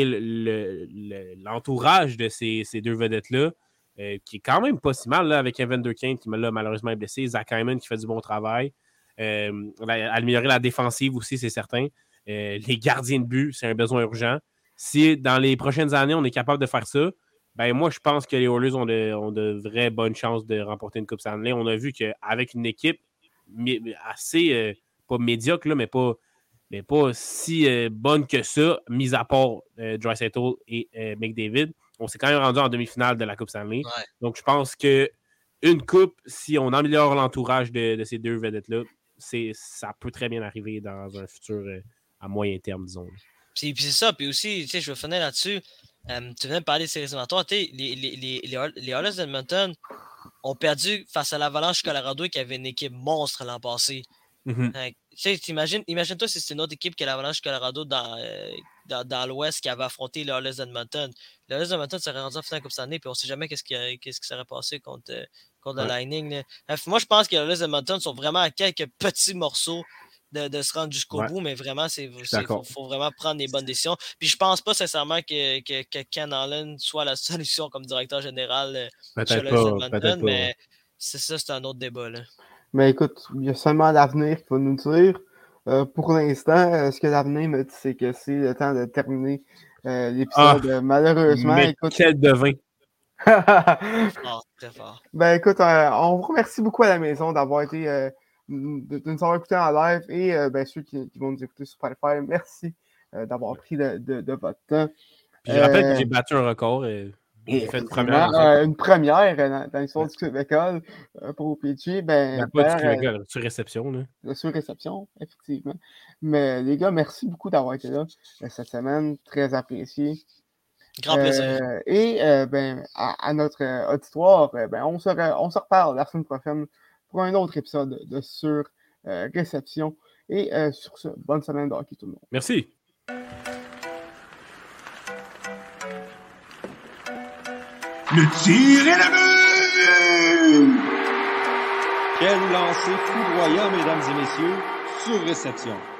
l'entourage de ces deux vedettes-là, qui est quand même pas si mal, là, avec Evander Kane qui là, malheureusement est blessé, Zach Hyman qui fait du bon travail, améliorer la défensive aussi, c'est certain. Les gardiens de but, c'est un besoin urgent. Si dans les prochaines années, on est capable de faire ça, ben moi, je pense que les Oilers ont de vraies bonnes chances de remporter une Coupe Stanley. On a vu qu'avec une équipe assez, pas médiocre, là, mais pas si bonne que ça, mis à part Draisaitl et McDavid, on s'est quand même rendu en demi-finale de la Coupe Stanley. Ouais. Donc, je pense qu'une coupe, si on améliore l'entourage de ces deux vedettes-là, ça peut très bien arriver dans un futur à moyen terme, disons. Puis c'est ça, puis aussi, je vais finir là-dessus. Tu viens de parler des séries éliminatoires. Les Oilers d'Edmonton ont perdu face à l'Avalanche Colorado qui avait une équipe monstre l'an passé. Mm-hmm. Imagine-toi si c'était une autre équipe que l'Avalanche Colorado dans l'Ouest qui avait affronté les Oilers d'Edmonton. Les Oilers d'Edmonton seraient rendus en finale Coupe Stanley, puis on ne sait jamais qu'est-ce qui serait passé contre le Lightning. Moi, je pense que les Oilers d'Edmonton sont vraiment à quelques petits morceaux de se rendre jusqu'au bout, mais vraiment, faut vraiment prendre les bonnes décisions. Puis je pense pas sincèrement que Ken Holland soit la solution comme directeur général chez les Edmonton, mais c'est un autre débat. Là. Mais écoute, il y a seulement l'avenir qui va nous dire. Pour l'instant, ce que l'avenir me dit, c'est que c'est le temps de terminer l'épisode. Malheureusement, mais écoute. Quel devin! Très fort. Ben écoute, on vous remercie beaucoup à la maison d'avoir été de nous avoir écoutés en live et ceux qui vont nous écouter sur Spotify, merci d'avoir pris de votre temps. Puis je rappelle que j'ai battu un record. J'ai fait une première. Dans l'histoire du Club École pour OPG. Pas du Club École, sur réception. Là. Sur réception, effectivement. Mais les gars, merci beaucoup d'avoir été là cette semaine. Très apprécié. Grand plaisir. Et à notre auditoire, on se reparle la semaine prochaine pour un autre épisode de Sur Réception. Et sur ce, bonne semaine de hockey tout le monde. Merci. Le tir est le but! Quel lancer foudroyant, mesdames et messieurs, sur réception.